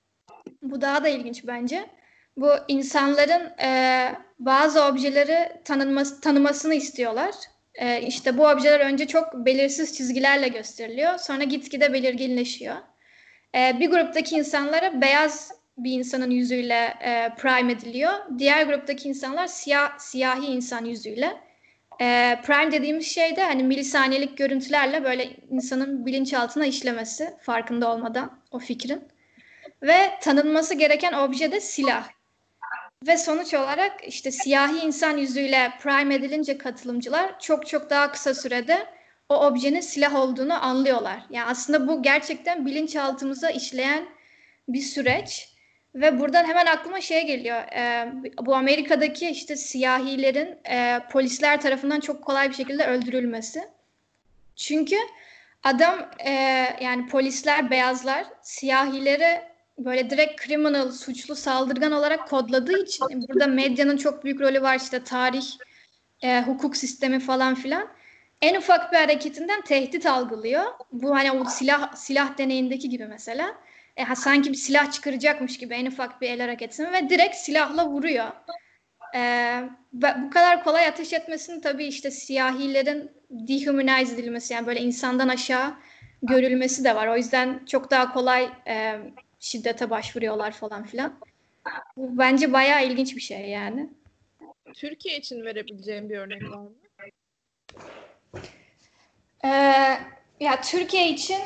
[SPEAKER 1] bu daha da ilginç bence, bu insanların e, bazı objeleri tanınması, tanımasını istiyorlar. E, işte bu objeler önce çok belirsiz çizgilerle gösteriliyor. Sonra gitgide belirginleşiyor. E, bir gruptaki insanlara beyaz bir insanın yüzüyle e, prime ediliyor. Diğer gruptaki insanlar siyah, siyahi insan yüzüyle. E, prime dediğimiz şey de hani milisaniyelik görüntülerle böyle insanın bilinçaltına işlemesi farkında olmadan o fikrin. Ve tanınması gereken obje de silah. Ve sonuç olarak işte siyahi insan yüzüyle prime edilince katılımcılar çok çok daha kısa sürede o objenin silah olduğunu anlıyorlar. Yani aslında bu gerçekten bilinçaltımıza işleyen bir süreç. Ve buradan hemen aklıma şey geliyor. E, bu Amerika'daki işte siyahilerin e, polisler tarafından çok kolay bir şekilde öldürülmesi. Çünkü adam e, yani polisler, beyazlar siyahileri böyle direkt criminal, suçlu, saldırgan olarak kodladığı için burada medyanın çok büyük rolü var, işte tarih, e, hukuk sistemi falan filan. En ufak bir hareketinden tehdit algılıyor. Bu hani o silah silah deneyindeki gibi mesela. E, ha, sanki bir silah çıkaracakmış gibi en ufak bir el hareketini ve direkt silahla vuruyor. E, bu kadar kolay ateş etmesinin tabii işte siyahilerin dehumanize edilmesi, yani böyle insandan aşağı görülmesi de var. O yüzden çok daha kolay e, şiddete başvuruyorlar falan filan. Bu bence bayağı ilginç bir şey yani.
[SPEAKER 3] Türkiye için verebileceğim bir örnek var mı?
[SPEAKER 1] Ee, ya Türkiye için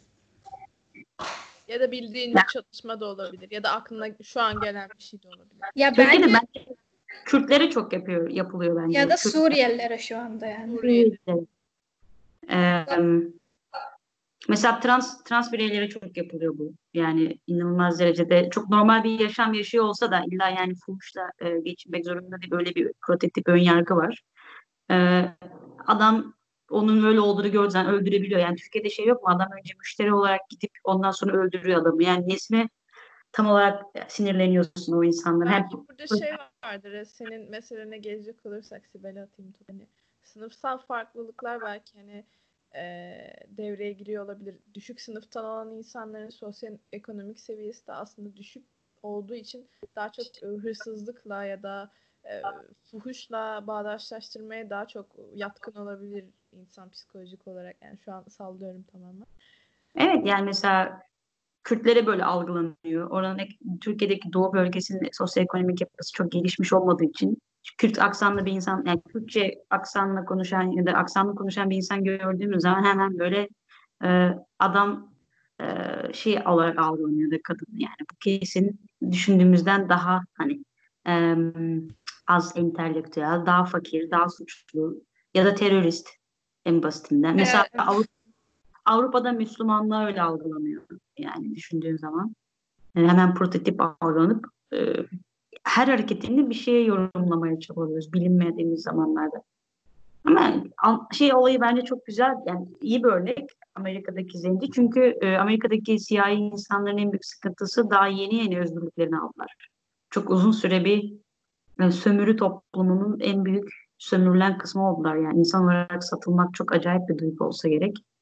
[SPEAKER 3] Ya da bildiğin bir çalışma da olabilir. Ya da aklına şu an gelen bir şey de olabilir.
[SPEAKER 1] ya
[SPEAKER 2] Türkiye'de
[SPEAKER 1] bence
[SPEAKER 2] bence Kürtlere çok yapıyor, yapılıyor bence.
[SPEAKER 1] ya da
[SPEAKER 2] Kürt-
[SPEAKER 1] Suriyelilere şu anda yani.
[SPEAKER 3] Suriyeli.
[SPEAKER 2] Ee, mesela trans trans bireylere çok yapılıyor bu. Yani inanılmaz derecede çok normal bir yaşam yaşıyor olsa da illa yani fuhuşla e, geçinmek zorunda değil. Böyle bir prototip ön yargı var. Ee, adam onun öyle olduğunu gördüğü zaman öldürebiliyor. Yani Türkiye'de şey yok mu? Adam önce müşteri olarak gidip ondan sonra öldürüyor adamı. Yani nesine tam olarak sinirleniyorsun o insanların. Hem
[SPEAKER 3] Belki burada şey vardır. Senin meselene gelecek olursak Sibel'e atayım topu. Hani sınıfsal farklılıklar belki hani e, devreye giriyor olabilir. Düşük sınıftan olan insanların sosyoekonomik seviyesi de aslında düşük olduğu için daha çok e, hırsızlıkla ya da e, fuhuşla bağdaşlaştırmaya daha çok yatkın olabilir insan psikolojik olarak. Yani şu an sallıyorum tamamen.
[SPEAKER 2] evet yani mesela Kürtlere böyle algılanıyor. Oranın ek- Türkiye'deki Doğu bölgesinin sosyoekonomik yapısı çok gelişmiş olmadığı için Kürt aksanlı bir insan, yani Kürtçe aksanla konuşan ya da aksanlı konuşan bir insan gördüğümüz zaman hemen böyle e, adam e, şey olarak algılanıyor da kadın. Yani bu kesin düşündüğümüzden daha hani e, az entelektüel, daha fakir, daha suçlu ya da terörist en basitinden. Mesela
[SPEAKER 1] Evet.
[SPEAKER 2] Avrupa Avrupa'da Müslümanlığa öyle algılanıyor yani düşündüğün zaman. Yani hemen prototip algılanıp e, her hareketini bir şeye yorumlamaya çabalıyoruz bilinmediğimiz zamanlarda. Ama an- şey olayı bence çok güzel, yani iyi bir örnek Amerika'daki zenci. Çünkü e, Amerika'daki siyahi insanların en büyük sıkıntısı daha yeni yeni özgürlüklerini aldılar. Çok uzun süre bir e, sömürü toplumunun en büyük sömürülen kısmı oldular. Yani insan olarak satılmak çok acayip bir duygu olsa gerek.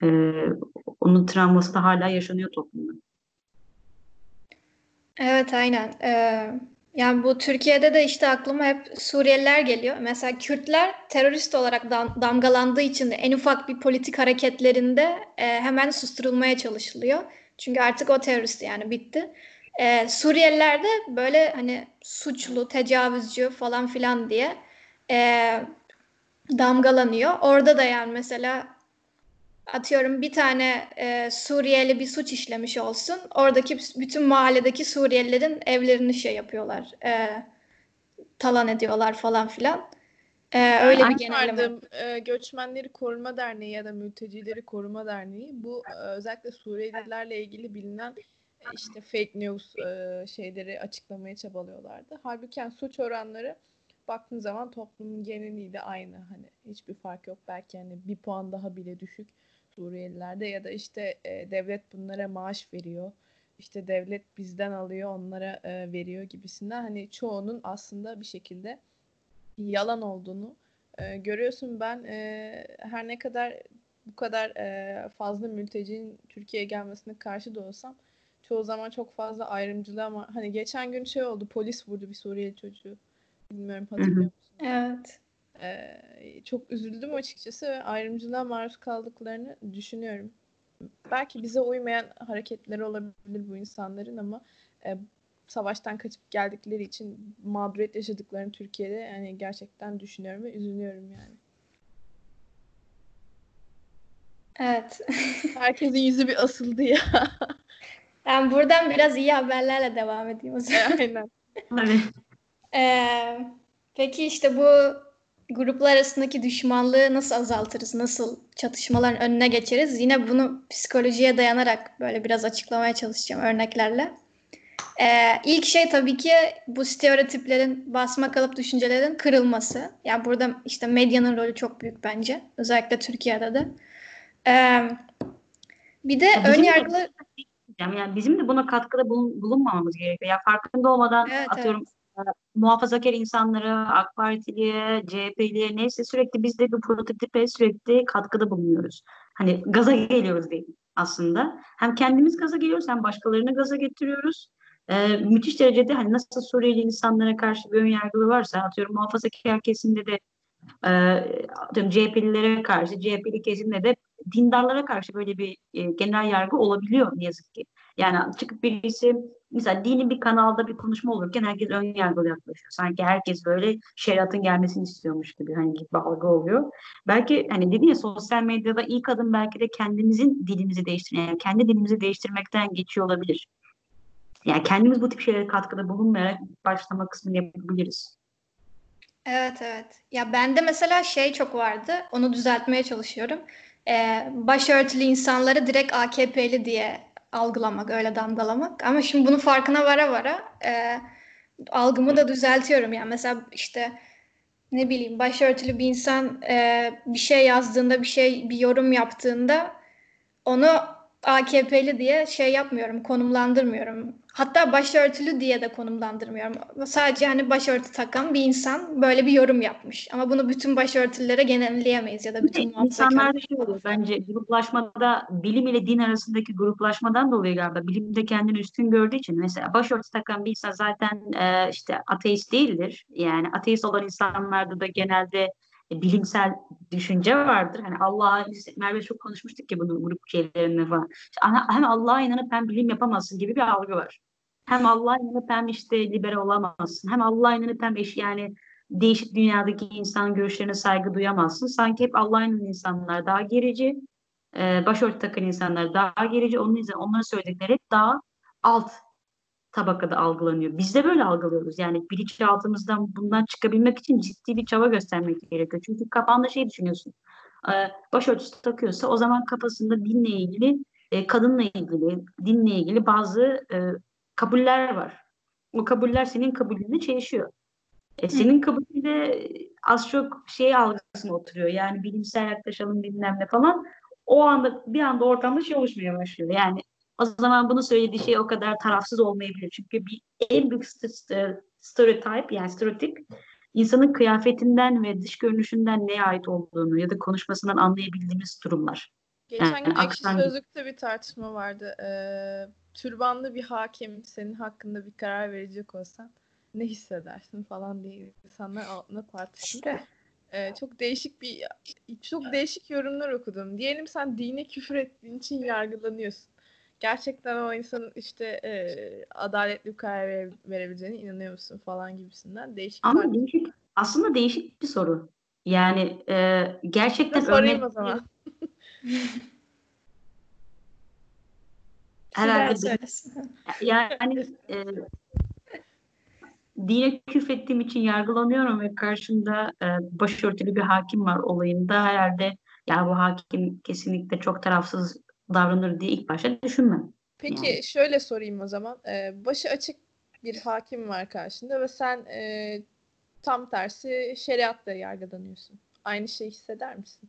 [SPEAKER 2] e, onun travması da hala yaşanıyor toplumda.
[SPEAKER 1] Evet, aynen. Ee, yani bu Türkiye'de de işte aklıma hep Suriyeliler geliyor. Mesela Kürtler terörist olarak dam- damgalandığı için de en ufak bir politik hareketlerinde e, hemen susturulmaya çalışılıyor. Çünkü artık o terörist yani bitti. Ee, Suriyeliler de böyle hani suçlu, tecavüzcü falan filan diye e, damgalanıyor. Orada da yani mesela atıyorum bir tane e, Suriyeli bir suç işlemiş olsun. Oradaki bütün mahalledeki Suriyelilerin evlerini şey yapıyorlar. E, talan ediyorlar falan filan. E,
[SPEAKER 3] Ben
[SPEAKER 1] öyle bir
[SPEAKER 3] şey
[SPEAKER 1] genelleme.
[SPEAKER 3] vardı, e, Göçmenleri Koruma Derneği ya da Mültecileri Koruma Derneği. Bu e, özellikle Suriyelilerle ilgili bilinen e, işte fake news e, şeyleri açıklamaya çabalıyorlardı. Halbuki yani suç oranları baktığın zaman toplumun geneliyle aynı. Hani hiçbir fark yok. Belki yani bir puan daha bile düşük Suriyelilerde ya da işte e, devlet bunlara maaş veriyor. İşte devlet bizden alıyor, onlara e, veriyor gibisinden. Hani çoğunun aslında bir şekilde yalan olduğunu e, görüyorsun. Ben e, her ne kadar bu kadar e, fazla mültecinin Türkiye'ye gelmesine karşı da olsam çoğu zaman çok fazla ayrımcılığa ama hani geçen gün şey oldu, polis vurdu bir Suriyeli çocuğu. Bilmiyorum,
[SPEAKER 2] Hı hı.
[SPEAKER 3] hatırlıyor musun?
[SPEAKER 1] Evet.
[SPEAKER 3] E, çok üzüldüm açıkçası ve ayrımcılığa maruz kaldıklarını düşünüyorum. Belki bize uymayan hareketleri olabilir bu insanların ama e, savaştan kaçıp geldikleri için mağduriyet yaşadıklarını Türkiye'de yani gerçekten düşünüyorum ve üzülüyorum yani.
[SPEAKER 1] Evet.
[SPEAKER 3] Herkesin yüzü bir asıldı ya.
[SPEAKER 1] Ben buradan biraz iyi haberlerle devam edeyim o
[SPEAKER 3] E,
[SPEAKER 1] zaman.
[SPEAKER 3] aynen.
[SPEAKER 2] Tabii.
[SPEAKER 1] Ee, peki işte bu gruplar arasındaki düşmanlığı nasıl azaltırız? Nasıl çatışmaların önüne geçeriz? Yine bunu psikolojiye dayanarak böyle biraz açıklamaya çalışacağım örneklerle. Ee, ilk şey tabii ki bu stereotiplerin, basma kalıp düşüncelerin kırılması. Yani burada işte medyanın rolü çok büyük bence. Özellikle Türkiye'de de. Ee, bir de
[SPEAKER 2] Ya
[SPEAKER 1] ön
[SPEAKER 2] bizim de
[SPEAKER 1] yargılı...
[SPEAKER 2] yani bizim de buna katkıda bulun- bulunmamamız gerekiyor. Ya farkında olmadan
[SPEAKER 1] Evet,
[SPEAKER 2] atıyorum
[SPEAKER 1] evet.
[SPEAKER 2] e, muhafazakar insanları, AK Partiliye, C H P'liye neyse sürekli biz de bu prototipe sürekli katkıda bulunuyoruz. Hani gaza geliyoruz değil aslında. Hem kendimiz gaza geliyoruz hem başkalarını gaza getiriyoruz. E, müthiş derecede hani nasıl Suriyeli insanlara karşı bir ön yargılı varsa atıyorum muhafazakar kesimde de e, atıyorum C H P'lilere karşı, C H P'li kesimde de dindarlara karşı böyle bir e, genel yargı olabiliyor ne yazık ki. Yani çıkıp birisi mesela dini bir kanalda bir konuşma olurken herkes ön yargılı yaklaşıyor. Sanki herkes böyle şeriatın gelmesini istiyormuş gibi hani gibi bir algı oluyor. Belki hani dedin ya sosyal medyada ilk adım belki de kendimizin dilimizi değiştirmek, yani kendi dilimizi değiştirmekten geçiyor olabilir. Yani kendimiz bu tip şeylere katkıda bulunmayarak başlama kısmını yapabiliriz.
[SPEAKER 1] Evet, evet. Ya bende mesela şey çok vardı. Onu düzeltmeye çalışıyorum. Ee, başörtülü insanları direkt A K P'li diye algılamak, öyle damgalamak. Ama şimdi bunun farkına vara vara e, algımı da düzeltiyorum. Yani mesela işte ne bileyim başörtülü bir insan e, bir şey yazdığında, bir şey bir yorum yaptığında onu A K P'li diye şey yapmıyorum, konumlandırmıyorum. Hatta başörtülü diye de konumlandırmıyorum. Sadece hani başörtü takan bir insan böyle bir yorum yapmış. Ama bunu bütün başörtülülere genelleyemeyiz ya da
[SPEAKER 2] Bir de
[SPEAKER 1] bütün muhafazakarlara
[SPEAKER 2] insanlarda şey
[SPEAKER 1] falan
[SPEAKER 2] oluyor
[SPEAKER 1] filan.
[SPEAKER 2] bence gruplaşmada bilim ile din arasındaki gruplaşmadan dolayı galiba bilimde kendini üstün gördüğü için mesela başörtüsü takan bir insan zaten e, işte ateist değildir. Yani ateist olan insanlarda da genelde e, bilimsel düşünce vardır. Hani Allah'a biz Merve çok konuşmuştuk ki bunu grup şeylerinde falan. İşte ana- hem Allah'a inanıp hem bilim yapamazsın gibi bir algı var. Hem Allah'a inanıp hem işte liberal olamazsın. Hem Allah'a inanıp hem eş, yani değişik dünyadaki insan görüşlerine saygı duyamazsın. Sanki hep Allah'a inanan insanlar daha gerici, e, başörtü takan insanlar daha gerici. Onun yüzden onların söyledikleri hep daha alt tabakada algılanıyor. Biz de böyle algılıyoruz. Yani bilinçaltımızdan bundan çıkabilmek için ciddi bir çaba göstermek gerekiyor. Çünkü kafanda şey düşünüyorsun. E, başörtüsü takıyorsa o zaman kafasında dinle ilgili, e, kadınla ilgili, dinle ilgili bazı e, kabuller var. O kabuller senin kabulünle çelişiyor. E,
[SPEAKER 1] Hı.
[SPEAKER 2] senin kabulünde az çok şey algısına oturuyor. Yani bilimsel yaklaşalım bilmem ne falan. O anda bir anda ortamda şey oluşmaya başlıyor. Yani o zaman bunu söylediği şey o kadar tarafsız olmayabilir. Çünkü bir en büyük st- st- stereotip yani stereotip insanın kıyafetinden ve dış görünüşünden neye ait olduğunu ya da konuşmasından anlayabildiğimiz durumlar.
[SPEAKER 3] Geçen
[SPEAKER 2] Yani
[SPEAKER 3] gün Ekşi
[SPEAKER 2] aksan
[SPEAKER 3] Sözlük'te bir tartışma vardı. Ee, türbanlı bir hakim senin hakkında bir karar verecek olsan ne hissedersin falan diye insanlar altına tartışmış.
[SPEAKER 1] İşte.
[SPEAKER 3] Ee, çok değişik bir çok değişik yorumlar okudum. Diyelim sen dine küfür ettiğin için yargılanıyorsun. Gerçekten o insanın işte e, adaletli bir karar vere- verebileceğine inanıyor musun falan gibisinden değişik
[SPEAKER 2] ama
[SPEAKER 3] tartışma.
[SPEAKER 2] değişik, aslında değişik bir soru. Yani e,
[SPEAKER 3] Bir de
[SPEAKER 2] gerçekten
[SPEAKER 3] sorayım o
[SPEAKER 2] örnekleri
[SPEAKER 3] zaman.
[SPEAKER 1] Kübra
[SPEAKER 2] herhalde benim,
[SPEAKER 1] söylesin.
[SPEAKER 2] yani e, dine küfrettiğim için yargılanıyorum ve karşımda e, başörtülü bir hakim var olayında herhalde ya bu hakim kesinlikle çok tarafsız davranır diye ilk başta düşünmem. Yani
[SPEAKER 3] Peki şöyle sorayım o zaman. Ee, başı açık bir hakim var karşında ve sen e, tam tersi şeriatla yargılanıyorsun. Aynı şeyi hisseder misin?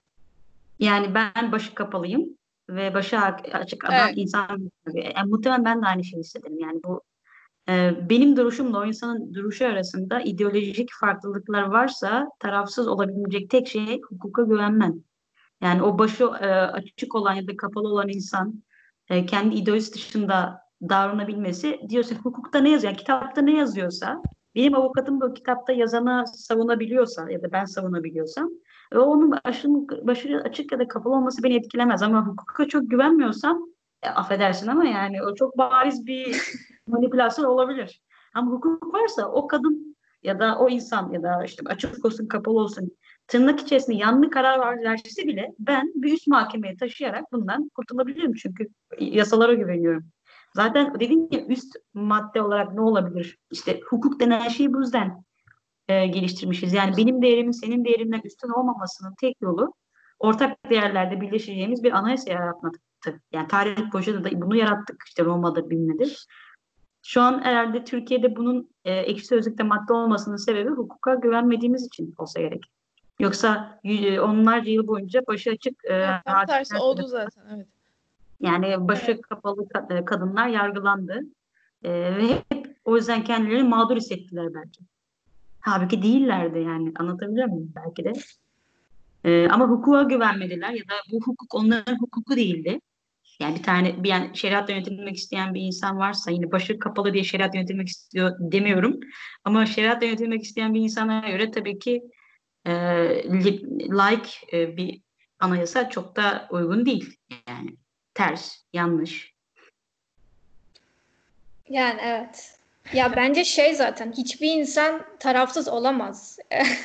[SPEAKER 2] yani ben başı kapalıyım ve başı ha- açık adam
[SPEAKER 3] Evet.
[SPEAKER 2] insan yani muhtemelen ben de aynı şeyi hissederim. Yani bu e, benim duruşumla o insanın duruşu arasında ideolojik farklılıklar varsa tarafsız olabilecek tek şey hukuka güvenmem. Yani o başı e, açık olan ya da kapalı olan insan e, kendi ideolojisi dışında davranabilmesi diyorsa hukukta ne yazıyor? Yani kitapta ne yazıyorsa benim avukatım da o kitapta yazana savunabiliyorsa ya da ben savunabiliyorsam e, onun başının, başı açık ya da kapalı olması beni etkilemez ama hukuka çok güvenmiyorsam e, affedersin ama yani o çok bariz bir manipülasyon olabilir. Ama hukuk varsa o kadın ya da o insan ya da işte açık olsun kapalı olsun tırnak içerisinde yanlış karar verse bile ben bir üst mahkemeye taşıyarak bundan kurtulabilirim çünkü yasalara güveniyorum. Zaten dediğim ya üst madde olarak ne olabilir? İşte hukuk denen şeyi bu yüzden e, geliştirmişiz. Yani benim değerimin senin değerinden üstün olmamasının tek yolu ortak değerlerde birleşeceğimiz bir anayasa yaratmaktı. Yani tarih boyunca da bunu yarattık işte Roma'da bilmedir. Şu an herhalde Türkiye'de bunun e, ekşi sözlükte madde olmasının sebebi hukuka güvenmediğimiz için olsa gerek. Yoksa y- onlarca yıl boyunca başı açık e,
[SPEAKER 3] Evet, tam tersi
[SPEAKER 2] hakimler
[SPEAKER 3] oldu
[SPEAKER 2] tarafından
[SPEAKER 3] zaten. Evet.
[SPEAKER 2] yani
[SPEAKER 1] Evet.
[SPEAKER 2] başı kapalı ka- e, kadınlar yargılandı. E, ve hep o yüzden kendilerini mağdur hissettiler belki. Halbuki değillerdi yani anlatabiliyor muyum belki de. E, ama hukuka güvenmediler ya da bu hukuk onların hukuku değildi. Yani bir tane bir yani şeriatla yönetilmek isteyen bir insan varsa yine başı kapalı diye şeriat yönetilmek istiyor demiyorum. Ama şeriatla yönetilmek isteyen bir insana göre tabii ki e, li- like e, bir anayasa çok da uygun değil. Yani ters, yanlış.
[SPEAKER 1] Yani evet. Ya bence şey zaten hiçbir insan tarafsız olamaz.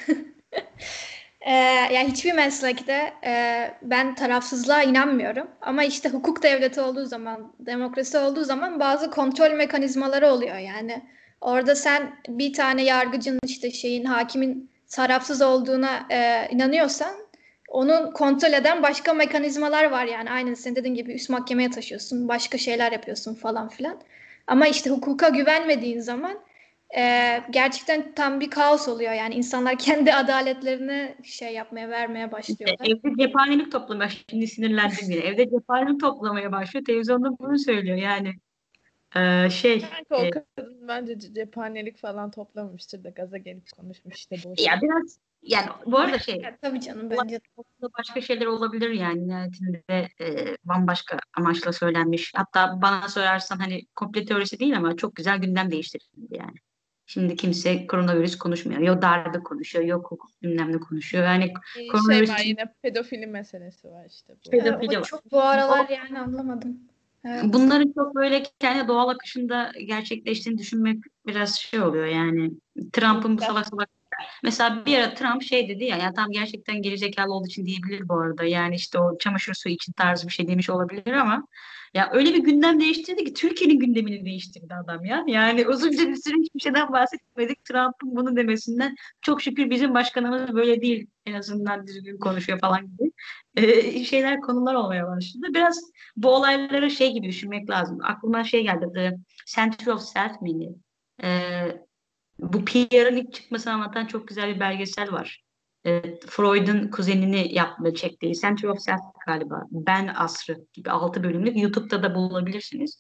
[SPEAKER 1] Ee, yani hiçbir meslekte e, ben tarafsızlığa inanmıyorum. Ama işte hukuk devleti olduğu zaman, demokrasi olduğu zaman bazı kontrol mekanizmaları oluyor yani. Orada sen bir tane yargıcın işte şeyin hakimin tarafsız olduğuna e, inanıyorsan onun kontrol eden başka mekanizmalar var yani. Aynen senin dediğin gibi üst mahkemeye taşıyorsun, başka şeyler yapıyorsun falan filan. Ama işte hukuka güvenmediğin zaman ee, gerçekten tam bir kaos oluyor yani insanlar kendi adaletlerini şey yapmaya vermeye
[SPEAKER 2] İşte
[SPEAKER 1] başlıyorlar.
[SPEAKER 2] evde cephanelik toplamaya, şimdi sinirlendim yine. Evde cephanelik toplamaya başlıyor. Televizyonda bunu söylüyor. Yani e, şey
[SPEAKER 3] Kanka o
[SPEAKER 2] e,
[SPEAKER 3] kadın bence ce- cephanelik falan toplamamıştır da gaza gelip konuşmuş işte boş ver.
[SPEAKER 2] ya biraz yani bu arada şey
[SPEAKER 1] Ya, tabii canım
[SPEAKER 2] olay
[SPEAKER 1] bence.
[SPEAKER 2] aslında başka şeyler olabilir yani nihayetinde e, bambaşka amaçla söylenmiş. Hatta bana sorarsan hani komple teorisi değil ama çok güzel gündem değiştirildi yani. Şimdi kimse koronavirüs konuşmuyor. Yok darbe konuşuyor, yok hukuk bilmem ne konuşuyor. Yani
[SPEAKER 3] Bir şey
[SPEAKER 2] koronavirüs
[SPEAKER 3] var
[SPEAKER 2] için
[SPEAKER 3] yine pedofili meselesi var işte bu.
[SPEAKER 1] Ee, o
[SPEAKER 2] pedofili var.
[SPEAKER 1] çok bu aralar
[SPEAKER 2] O,
[SPEAKER 1] yani anlamadım. Evet.
[SPEAKER 2] bunların çok böyle kendi doğal akışında gerçekleştiğini düşünmek biraz şey oluyor yani. Trump'ın bu
[SPEAKER 3] İyimser.
[SPEAKER 2] salak salak mesela bir ara Trump şey dedi ya, ya tam gerçekten gerizekalı olduğu için diyebilir bu arada. Yani işte o çamaşır suyu için tarzı bir şey demiş olabilir ama ya öyle bir gündem değiştirdi ki Türkiye'nin gündemini değiştirdi adam ya. Yani uzunca bir süre hiçbir şeyden bahsetmedik. Trump'ın bunu demesinden çok şükür bizim başkanımız böyle değil. En azından düzgün konuşuyor falan gibi. Ee, şeyler konular olmaya başladı. Biraz bu olayları şey gibi düşünmek lazım. Aklıma şey geldi. The Center of Self miydi? Ee, bu P R'ın ilk çıkmasını anlatan çok güzel bir belgesel var. Ee, Freud'un kuzenini yaptığı çektiği Center of Self galiba. Ben Asrı gibi altı bölümlük. YouTube'da da bulabilirsiniz.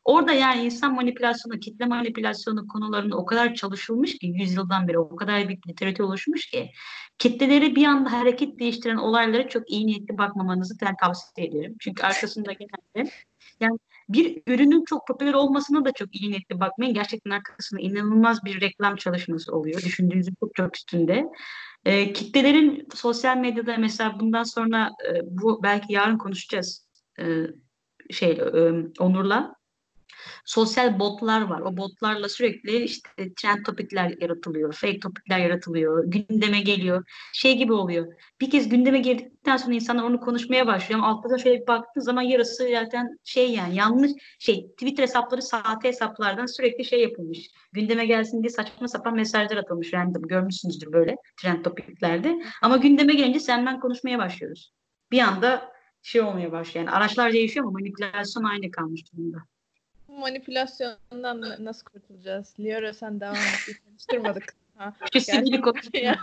[SPEAKER 2] Orada yani insan manipülasyonu, kitle manipülasyonu konularında o kadar çalışılmış ki yüzyıldan beri o kadar bir literatür oluşmuş ki kitleleri bir anda hareket değiştiren olaylara çok iyi niyetli bakmamanızı ben tavsiye ederim. Çünkü arkasında genelde yani bir ürünün çok popüler olmasına da çok iyi niyetli bakmayın. Gerçekten arkasında inanılmaz bir reklam çalışması oluyor. Düşündüğünüzün çok çok üstünde. E, kitlelerin sosyal medyada mesela bundan sonra e, bu belki yarın konuşacağız e, şey e, Onur'la. Sosyal botlar var. O botlarla sürekli işte trend topikler yaratılıyor, fake topikler yaratılıyor, gündeme geliyor. Şey gibi oluyor. Bir kez gündeme girdikten sonra insanlar onu konuşmaya başlıyor. Ama altta da şöyle bir baktığın zaman yarısı zaten şey yani yanlış şey Twitter hesapları sahte hesaplardan sürekli şey yapılmış. Gündeme gelsin diye saçma sapan mesajlar atılmış. Random görmüşsünüzdür böyle trend topiklerde. Ama gündeme gelince senden konuşmaya başlıyoruz. Bir anda şey olmaya başlıyor. Yani araçlar değişiyor ama manipülasyon aynı kalmış durumda.
[SPEAKER 3] Bu manipülasyondan na- nasıl kurtulacağız? Liora sen devam et. Biz konuşturmadık. Ha,
[SPEAKER 2] Şu sivri
[SPEAKER 3] gerçekten.
[SPEAKER 2] konuşuyor.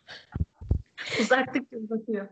[SPEAKER 2] Uzattıkça uzatıyor.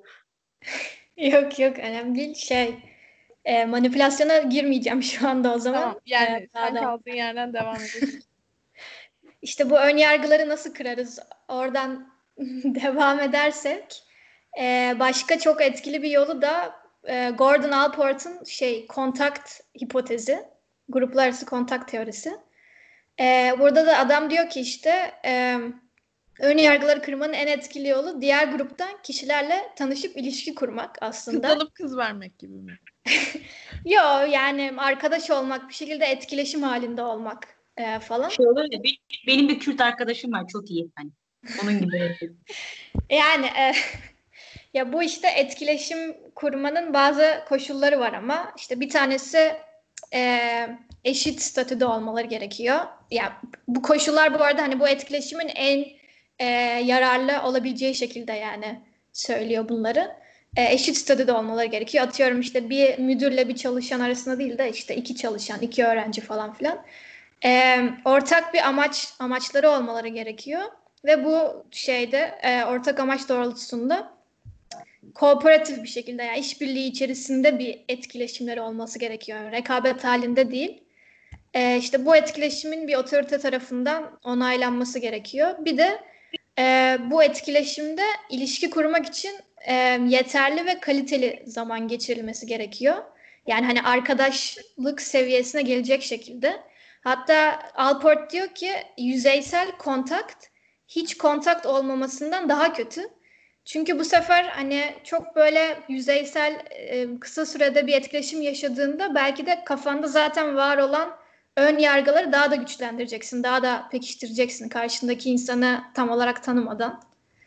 [SPEAKER 1] Yok yok, önemli değil. Şey, e, manipülasyona girmeyeceğim şu anda o zaman.
[SPEAKER 3] Tamam. Yani
[SPEAKER 1] E, daha
[SPEAKER 3] sen
[SPEAKER 1] da-
[SPEAKER 3] kaldığın yerden devam edebilirsin.
[SPEAKER 1] İşte bu ön yargıları nasıl kırarız? Oradan devam edersek, e, başka çok etkili bir yolu da e, Gordon Allport'un şey kontakt hipotezi, gruplar arası kontak teorisi. E, burada da adam diyor ki işte e, ön yargıları kırmanın en etkili yolu diğer gruptan kişilerle tanışıp ilişki kurmak aslında.
[SPEAKER 3] Kız alıp kız vermek gibi mi?
[SPEAKER 1] Yo, yani arkadaş olmak, bir şekilde etkileşim halinde olmak e, falan.
[SPEAKER 2] Şey olur ya, benim, benim bir Kürt arkadaşım var çok iyi. Hani onun gibi.
[SPEAKER 1] Yani e, ya bu işte etkileşim kurmanın bazı koşulları var ama işte bir tanesi e, eşit statüde olmaları gerekiyor. Ya bu koşullar bu arada hani bu etkileşimin en e, yararlı olabileceği şekilde yani söylüyor bunları. E, eşit statüde olmaları gerekiyor. Atıyorum işte bir müdürle bir çalışan arasında değil de işte iki çalışan, iki öğrenci falan filan. E, ortak bir amaç amaçları olmaları gerekiyor ve bu şeyde e, ortak amaç doğrultusunda kooperatif bir şekilde yani işbirliği içerisinde bir etkileşimleri olması gerekiyor. Yani rekabet halinde değil. E, işte bu etkileşimin bir otorite tarafından onaylanması gerekiyor. Bir de e, bu etkileşimde ilişki kurmak için e, yeterli ve kaliteli zaman geçirilmesi gerekiyor. Yani hani arkadaşlık seviyesine gelecek şekilde. Hatta Alport diyor ki yüzeysel kontakt hiç kontakt olmamasından daha kötü. Çünkü bu sefer hani çok böyle yüzeysel e, kısa sürede bir etkileşim yaşadığında belki de kafanda zaten var olan ön yargıları daha da güçlendireceksin, daha da pekiştireceksin karşındaki insanı tam olarak tanımadan.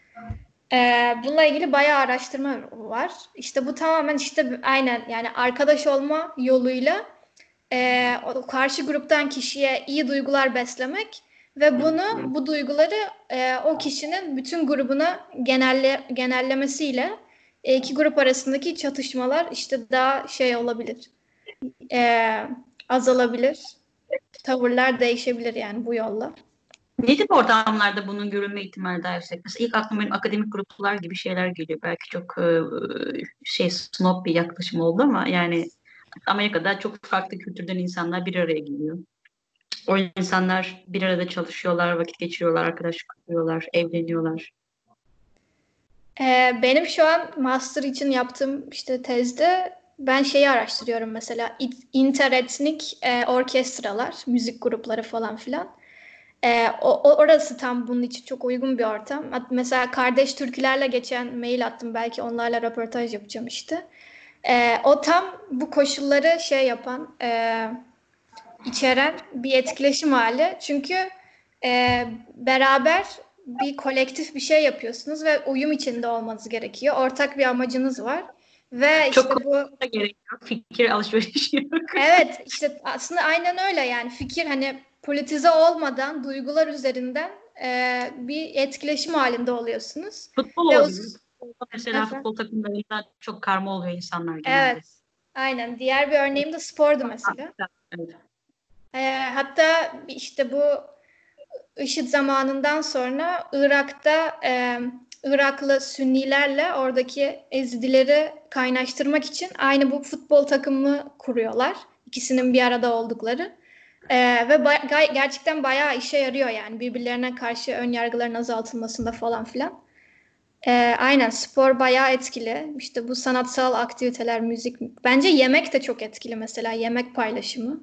[SPEAKER 1] Ee, bununla ilgili bayağı araştırma var. İşte bu tamamen işte aynen yani arkadaş olma yoluyla e, o karşı gruptan kişiye iyi duygular beslemek ve bunu bu duyguları e, o kişinin bütün grubuna genelle, genellemesiyle e, iki grup arasındaki çatışmalar işte daha şey olabilir, e, azalabilir, tavırlar değişebilir yani bu yolla.
[SPEAKER 2] Ne tip ortamlarda bunun görülme ihtimali daha yüksek? Mesela ilk aklıma benim akademik gruplar gibi şeyler geliyor. Belki çok e, şey snob bir yaklaşım oldu ama yani Amerika'da çok farklı kültürden insanlar bir araya geliyor. O insanlar bir arada çalışıyorlar, vakit geçiriyorlar, arkadaşlık kuruyorlar, evleniyorlar.
[SPEAKER 1] Ee, benim şu an master için yaptığım işte tezde ben şeyi araştırıyorum mesela it- interetnik e, orkestralar, müzik grupları falan filan. Ee, o, o- orası tam bunun için çok uygun bir ortam. Hat- Mesela kardeş türkülerle geçen mail attım, belki onlarla röportaj yapacağım işte. Ee, o tam bu koşulları şey yapan, e, içeren bir etkileşim hali. Çünkü e, beraber bir kolektif bir şey yapıyorsunuz ve uyum içinde olmanız gerekiyor. Ortak bir amacınız var. Ve
[SPEAKER 2] Çok
[SPEAKER 1] işte bu
[SPEAKER 2] konuşmaya gerek yok, fikir alışverişi yok.
[SPEAKER 1] evet işte aslında aynen öyle yani fikir hani politize olmadan duygular üzerinden e, bir etkileşim halinde oluyorsunuz.
[SPEAKER 2] Futbol
[SPEAKER 1] Ve o,
[SPEAKER 2] olabilir. Futbolda mesela
[SPEAKER 1] efendim,
[SPEAKER 2] futbol takımlarında çok karma oluyor insanlar genelde.
[SPEAKER 1] evet aynen diğer bir örneğim de spordu mesela.
[SPEAKER 2] Evet.
[SPEAKER 1] E, hatta işte bu IŞİD zamanından sonra Irak'ta e, Iraklı Sünnilerle oradaki Ezidileri kaynaştırmak için aynı bu futbol takımını kuruyorlar. İkisinin bir arada oldukları. Ee, ve ba- gay- gerçekten bayağı işe yarıyor yani birbirlerine karşı ön yargıların azaltılmasında falan filan. Ee, aynen spor bayağı etkili. İşte bu sanatsal aktiviteler, müzik. Bence yemek de çok etkili mesela yemek paylaşımı.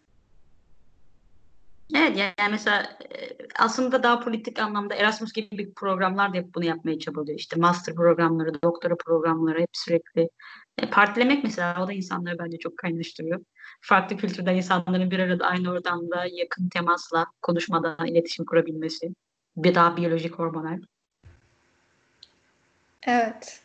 [SPEAKER 2] Evet yani mesela e, aslında daha politik anlamda Erasmus gibi programlar da hep bunu yapmaya çabalıyor. İşte master programları, doktora programları hep sürekli e, partilemek mesela o da insanları bence çok kaynaştırıyor. Farklı kültürden insanların bir arada aynı ortamda yakın temasla konuşmadan iletişim kurabilmesi. Bir daha biyolojik hormonal.
[SPEAKER 1] Evet.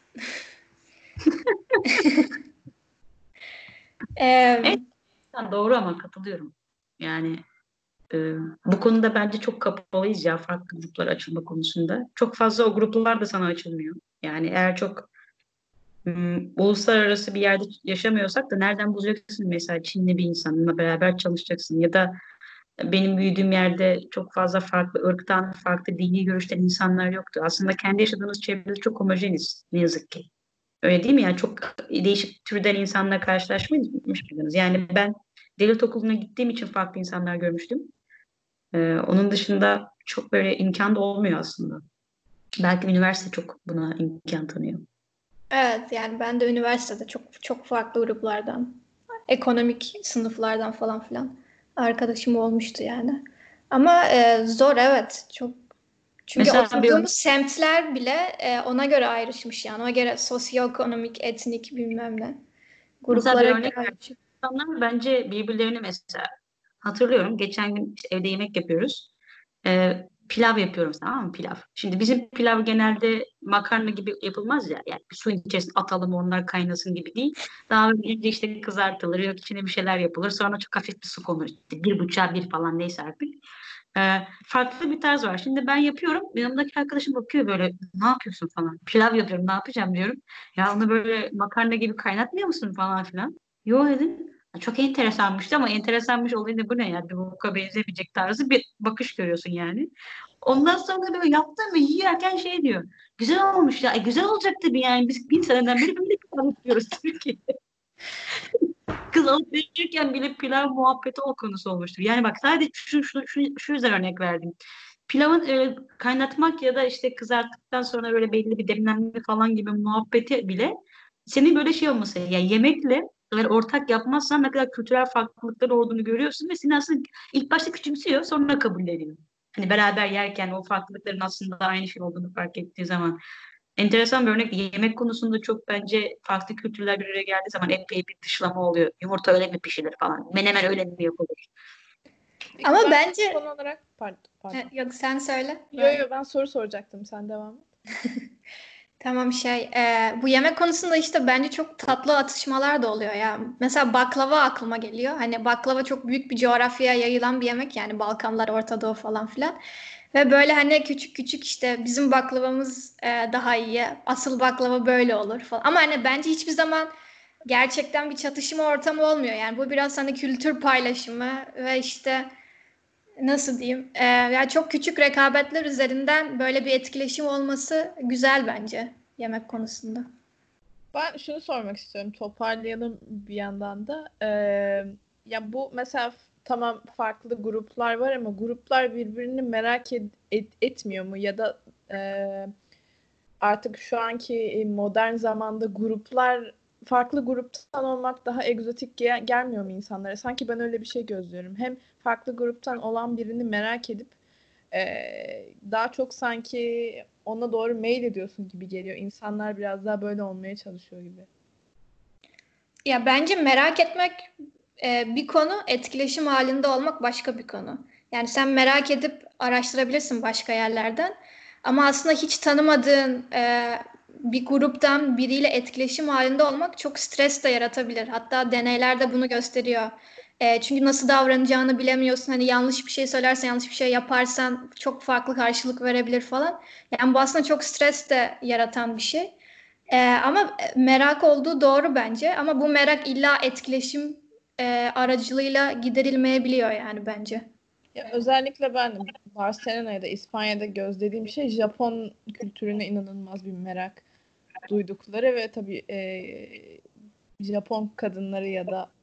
[SPEAKER 1] Ee,
[SPEAKER 2] Evet doğru ama katılıyorum. Yani e, bu konuda bence çok kapalıyız ya farklı gruplar açılma konusunda. Çok fazla o gruplar da sana açılmıyor. Yani eğer çok Hmm, uluslararası bir yerde yaşamıyorsak da nereden bulacaksın mesela Çinli bir insanla beraber çalışacaksın ya da benim büyüdüğüm yerde çok fazla farklı ırktan, farklı dini görüşten insanlar yoktu. Aslında kendi yaşadığımız çevrede çok homojeniz ne yazık ki. Öyle değil mi? Yani çok değişik türden insanla karşılaşmış mıydınız? Yani ben devlet okuluna gittiğim için farklı insanlar görmüştüm. Ee, onun dışında çok böyle imkan da olmuyor aslında. Belki üniversite çok buna imkan tanıyor.
[SPEAKER 1] evet yani ben de üniversitede çok çok farklı gruplardan, ekonomik sınıflardan falan filan arkadaşım olmuştu yani. Ama e, zor evet çok. Çünkü
[SPEAKER 2] Mesela bir
[SPEAKER 1] oturduğumuz semtler bile e, ona göre ayrışmış yani. Ona göre sosyoekonomik, etnik bilmem ne.
[SPEAKER 2] Mesela bir
[SPEAKER 1] Gruplara göre
[SPEAKER 2] örnek ver.
[SPEAKER 1] ayrışıyor.
[SPEAKER 2] İnsanlar bence birbirlerini mesela hatırlıyorum. Geçen gün işte evde yemek yapıyoruz. Ee, pilav yapıyoruz tamam mı pilav. Şimdi bizim pilav genelde makarna gibi yapılmaz ya. Yani bir suyun içerisine atalım onlar kaynasın gibi değil. Daha önce işte kızartılır yok içine bir şeyler yapılır. Sonra çok hafif bir su konur. İşte bir buçuğa bir falan neyse artık. Ee, farklı bir tarz var. Şimdi ben yapıyorum. Yanımdaki arkadaşım bakıyor böyle ne yapıyorsun falan. Pilav yapıyorum ne yapacağım diyorum. Ya onu böyle makarna gibi kaynatmıyor musun falan filan. Yo dedim. Çok enteresanmıştı ama enteresanmış olayı bu ne yani? Bir boka benzemeyecek tarzı bir bakış görüyorsun yani. Ondan sonra böyle yaptım ve yiyerken şey diyor. Güzel olmuş ya. E, güzel olacak tabii yani. Biz bin seneden beri böyle pilav yapıyoruz Türkiye'de. Kız alıp verirken bile pilav muhabbeti o konusu olmuştur. Yani bak sadece şu, şu, şu, şu yüzden örnek verdim. Pilavın e, kaynatmak ya da işte kızarttıktan sonra böyle belli bir demlenme falan gibi muhabbeti bile senin böyle şey olması yani yemekle eğer ortak yapmazsan ne kadar kültürel farklılıklar olduğunu görüyorsun ve seni aslında ilk başta küçümsüyor sonra kabulleniyor. Hani beraber yerken o farklılıkların aslında aynı şey olduğunu fark ettiği zaman. Enteresan bir örnek. Yemek konusunda çok bence farklı kültürler bir araya geldiği zaman epey bir dışlama oluyor. Yumurta öyle mi pişirir falan. Menemen öyle mi yapılır?
[SPEAKER 3] Peki
[SPEAKER 1] Ama
[SPEAKER 3] ben
[SPEAKER 1] bence
[SPEAKER 3] son olarak pardon,
[SPEAKER 1] e,
[SPEAKER 3] pardon.
[SPEAKER 1] yok sen söyle.
[SPEAKER 3] Yo
[SPEAKER 1] Ben-
[SPEAKER 3] yo ben soru soracaktım. Sen devam et.
[SPEAKER 1] Tamam şey e, bu yemek konusunda işte bence çok tatlı atışmalar da oluyor ya. Mesela baklava aklıma geliyor. Hani baklava çok büyük bir coğrafyaya yayılan bir yemek yani Balkanlar, Orta Doğu falan filan. Ve böyle hani küçük küçük işte bizim baklavamız e, daha iyi. Asıl baklava böyle olur falan. Ama hani bence hiçbir zaman gerçekten bir çatışma ortamı olmuyor. Yani bu biraz hani kültür paylaşımı ve işte nasıl diyeyim? Ee, yani çok küçük rekabetler üzerinden böyle bir etkileşim olması güzel bence yemek konusunda.
[SPEAKER 3] Ben şunu sormak istiyorum. Toparlayalım bir yandan da. Ee, ya bu mesela f- tamam farklı gruplar var ama gruplar birbirini merak ed- et- etmiyor mu? Ya da e, artık şu anki modern zamanda gruplar farklı gruptan olmak daha egzotik gel- gelmiyor mu insanlara? Sanki ben öyle bir şey gözlüyorum. Hem farklı gruptan olan birini merak edip ee, daha çok sanki ona doğru mail ediyorsun gibi geliyor. İnsanlar biraz daha böyle olmaya çalışıyor gibi.
[SPEAKER 1] Ya bence merak etmek e, bir konu, etkileşim halinde olmak başka bir konu. Yani sen merak edip araştırabilirsin başka yerlerden. Ama aslında hiç tanımadığın e, bir gruptan biriyle etkileşim halinde olmak çok stres de yaratabilir. Hatta deneyler de bunu gösteriyor. E, çünkü nasıl davranacağını bilemiyorsun. Hani yanlış bir şey söylersen, yanlış bir şey yaparsan çok farklı karşılık verebilir falan. Yani bu aslında çok stres de yaratan bir şey. Ee, ama merak olduğu doğru bence. Ama bu merak illa etkileşim e, aracılığıyla giderilmeyebiliyor yani bence.
[SPEAKER 3] Ya özellikle ben Barcelona ya da İspanya'da gözlediğim şey Japon kültürüne inanılmaz bir merak duydukları ve tabii e, Japon kadınları ya da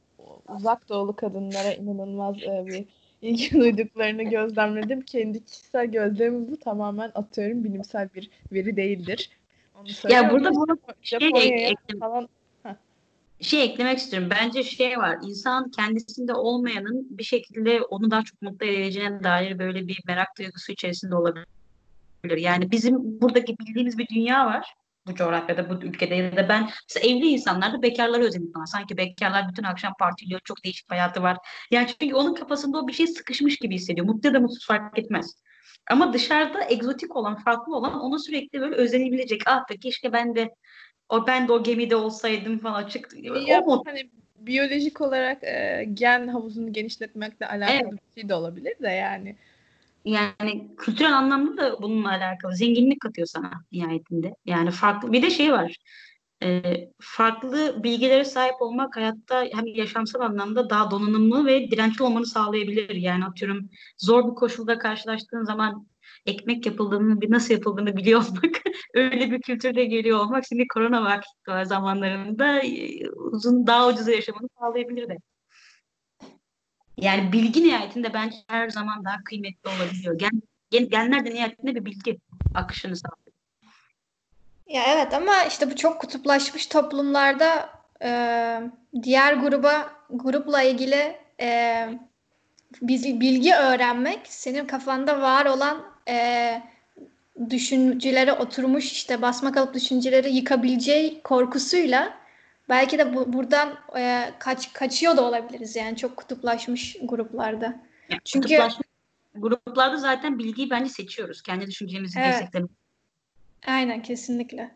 [SPEAKER 3] uzak doğulu kadınlara inanılmaz e, bir ilgi duyduklarını gözlemledim. Kendi kişisel gözlemimi bu tamamen atıyorum. Bilimsel bir veri değildir. Onu
[SPEAKER 2] Ya
[SPEAKER 3] söyleyeyim
[SPEAKER 2] burada
[SPEAKER 3] ama
[SPEAKER 2] bunu
[SPEAKER 3] Japo-
[SPEAKER 2] şey ek-
[SPEAKER 3] Japonya'ya
[SPEAKER 2] ekle-
[SPEAKER 3] falan. Heh.
[SPEAKER 2] şey eklemek istiyorum. Bence şey var. İnsan kendisinde olmayanın bir şekilde onu daha çok mutlu edeceğine dair böyle bir merak duygusu içerisinde olabilir. Yani bizim buradaki bildiğimiz bir dünya var. Bu coğrafyada, bu ülkede ya da ben mesela evli insanlar da bekarlara özenip falan. Sanki bekarlar bütün akşam partiliyor, çok değişik bir hayatı var. Yani çünkü onun kafasında o bir şey sıkışmış gibi hissediyor. Mutlu ya da mutsuz fark etmez. Ama dışarıda egzotik olan, farklı olan onu sürekli böyle özenebilecek. Ah be keşke ben de o ben de o gemide olsaydım falan açık.
[SPEAKER 3] Ya
[SPEAKER 2] O
[SPEAKER 3] bu
[SPEAKER 2] mod.
[SPEAKER 3] hani biyolojik olarak e, gen havuzunu genişletmekle alakalı
[SPEAKER 2] Evet.
[SPEAKER 3] bir şey de olabilir de yani.
[SPEAKER 2] Yani kültürel anlamda da bununla alakalı. Zenginlik katıyor sana nihayetinde. Yani farklı bir de şey var. Ee, farklı bilgilere sahip olmak hayatta hem yaşamsal anlamda daha donanımlı ve dirençli olmanı sağlayabilir. Yani atıyorum zor bir koşulda karşılaştığın zaman ekmek yapıldığını, bir nasıl yapıldığını biliyor olmak, öyle bir kültürde geliyor olmak şimdi korona var zamanlarında e, uzun daha ucuza yaşamanı sağlayabilir de. Yani bilgi nihayetinde bence her zaman daha kıymetli olabiliyor. Gen, gen, genler de nihayetinde bir bilgi akışını sağlıyor.
[SPEAKER 1] Ya evet ama işte bu çok kutuplaşmış toplumlarda e, diğer gruba grupla ilgili e, biz- bilgi öğrenmek senin kafanda var olan e, düşüncelere oturmuş işte basma kalıp düşünceleri yıkabileceği korkusuyla belki de bu, buradan e, kaç kaçıyor da olabiliriz yani çok kutuplaşmış gruplarda.
[SPEAKER 2] Yani
[SPEAKER 1] Çünkü
[SPEAKER 2] kutuplaşmış gruplarda zaten bilgiyi bence seçiyoruz. Kendi düşüncemizi
[SPEAKER 1] evet,
[SPEAKER 2] desteklemek.
[SPEAKER 1] aynen kesinlikle.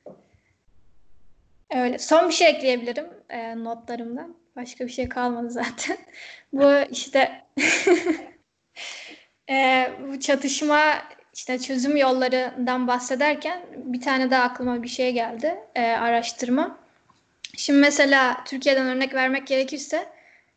[SPEAKER 1] Öyle. Son bir şey ekleyebilirim e, notlarımdan. Başka bir şey kalmadı zaten. Bu işte e, bu çatışma işte çözüm yollarından bahsederken bir tane daha aklıma bir şey geldi. E, araştırma. Şimdi mesela Türkiye'den örnek vermek gerekirse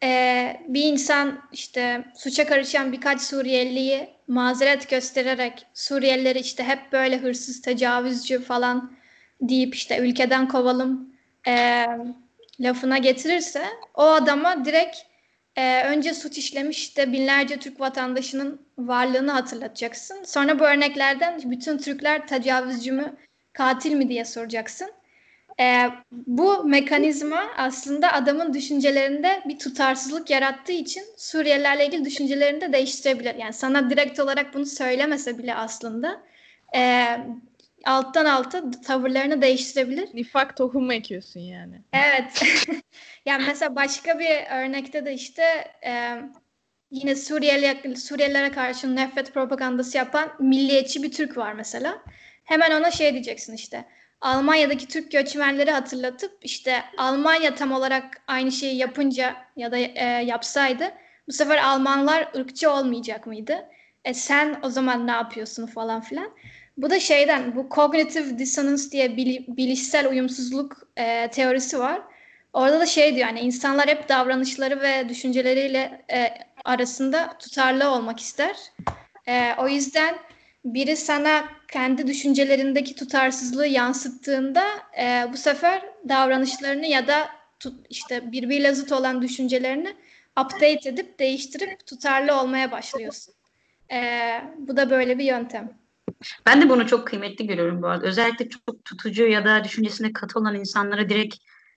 [SPEAKER 1] e, bir insan işte suça karışan birkaç Suriyeliyi mazeret göstererek Suriyelileri işte hep böyle hırsız, tecavüzcü falan deyip işte ülkeden kovalım e, lafına getirirse o adama direkt e, önce suç işlemiş işte binlerce Türk vatandaşının varlığını hatırlatacaksın. Sonra bu örneklerden bütün Türkler tecavüzcü mü, katil mi diye soracaksın. Ee, bu mekanizma aslında adamın düşüncelerinde bir tutarsızlık yarattığı için Suriyelilerle ilgili düşüncelerini de değiştirebilir. Yani sana direkt olarak bunu söylemese bile aslında e, alttan alta tavırlarını değiştirebilir.
[SPEAKER 3] Nifak tohumu ekiyorsun yani.
[SPEAKER 1] Evet. Yani mesela başka bir örnekte de işte e, yine Suriyeli, Suriyelilere karşı nefret propagandası yapan milliyetçi bir Türk var mesela. Hemen ona şey diyeceksin işte. Almanya'daki Türk göçmenleri hatırlatıp işte Almanya tam olarak aynı şeyi yapınca ya da e, yapsaydı bu sefer Almanlar ırkçı olmayacak mıydı? E sen o zaman ne yapıyorsun falan filan. Bu da şeyden bu cognitive dissonance diye bil- bilişsel uyumsuzluk e, teorisi var. Orada da şey diyor yani insanlar hep davranışları ve düşünceleriyle e, arasında tutarlı olmak ister. E, o yüzden biri sana kendi düşüncelerindeki tutarsızlığı yansıttığında e, bu sefer davranışlarını ya da tut, işte birbiriyle zıt olan düşüncelerini update edip değiştirip tutarlı olmaya başlıyorsun. E, bu da böyle bir yöntem.
[SPEAKER 2] Ben de bunu çok kıymetli görüyorum bu arada. Özellikle çok tutucu ya da düşüncesine katı olan insanlara direkt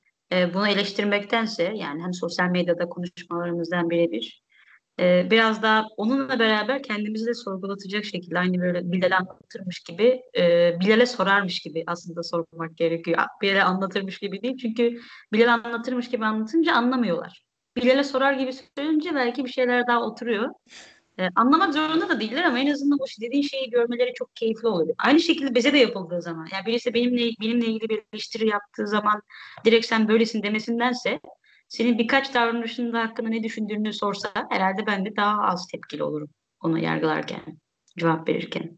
[SPEAKER 2] e, bunu eleştirmektense yani hani sosyal medyada konuşmalarımızdan birebir e, biraz daha onunla beraber kendimizi de sorgulatacak şekilde aynı böyle Bilal'e anlatırmış gibi e, Bilal'e sorarmış gibi aslında sormak gerekiyor. Bilal'e anlatırmış gibi değil çünkü Bilal'e anlatırmış gibi anlatınca anlamıyorlar. Bilal'e sorar gibi söyleyince belki bir şeyler daha oturuyor. E, anlamak zorunda da değiller ama en azından o dediğin şeyi görmeleri çok keyifli oluyor. Aynı şekilde bize de yapıldığı zaman. Yani birisi benimle benimle ilgili bir eleştiri yaptığı zaman direkt sen böylesin demesindense senin birkaç davranışında hakkında ne düşündüğünü sorsa herhalde ben de daha az tepkili olurum onu yargılarken, cevap verirken.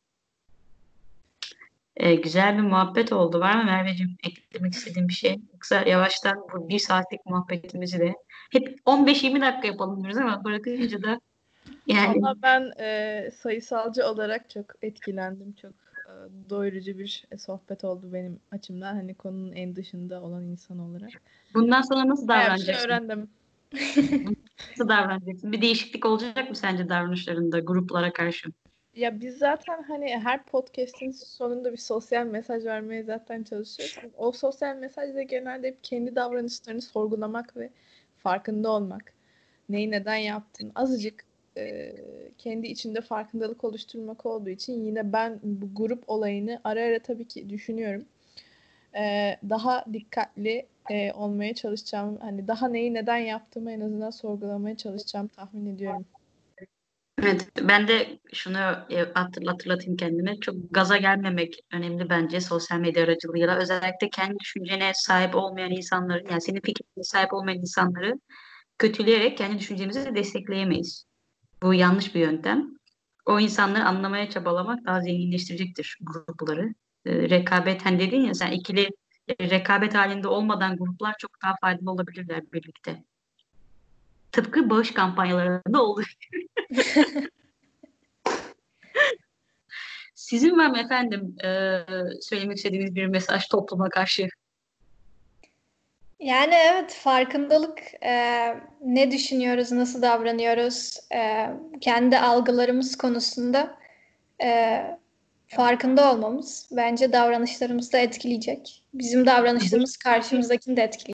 [SPEAKER 2] E, güzel bir muhabbet oldu. Var mı Merveciğim eklemek istediğin bir şey? Yoksa yavaştan bu bir saatlik muhabbetimizi de hep on beş yirmi dakika yapalım diyoruz ama bırakınca da yani
[SPEAKER 3] Valla ben e, sayısalcı olarak çok etkilendim. Çok e, doyurucu bir e, sohbet oldu benim açımdan. Hani konunun en dışında olan insan olarak.
[SPEAKER 2] bundan sonra nasıl
[SPEAKER 3] Bayağı bir şey
[SPEAKER 2] davranacaksın?
[SPEAKER 3] öğrendim.
[SPEAKER 2] Nasıl davranacaksın? Bir değişiklik olacak mı sence davranışlarında gruplara karşı?
[SPEAKER 3] Ya biz zaten hani her podcast'in sonunda bir sosyal mesaj vermeye zaten çalışıyoruz. O sosyal mesaj da genelde hep kendi davranışlarını sorgulamak ve farkında olmak. Neyi neden yaptın? Azıcık e, kendi içinde farkındalık oluşturmak olduğu için yine ben bu grup olayını ara ara tabii ki düşünüyorum. E, daha dikkatli e, olmaya çalışacağım. Hani daha neyi neden yaptığımı en azından sorgulamaya çalışacağım tahmin ediyorum.
[SPEAKER 2] Evet, ben de şunu e, hatırl- hatırlatayım kendime. Çok gaza gelmemek önemli bence sosyal medya aracılığıyla. Özellikle kendi düşüncene sahip olmayan insanların, yani senin fikrine sahip olmayan insanları kötüleyerek kendi düşüncemizi de destekleyemeyiz. Bu yanlış bir yöntem. O insanları anlamaya çabalamak daha zenginleştirecektir grupları. E, rekabet, hani dedin ya sen, ikili e, rekabet halinde olmadan gruplar çok daha faydalı olabilirler birlikte. Tıpkı bağış kampanyalarında olduğu. Sizin var mı efendim e, söylemek istediğiniz bir mesaj topluma karşı?
[SPEAKER 1] Yani evet, farkındalık, e, ne düşünüyoruz, nasıl davranıyoruz, e, kendi algılarımız konusunda e, farkında olmamız bence davranışlarımızı da etkileyecek. Bizim davranışlarımız karşımızdakini de etkileyecek.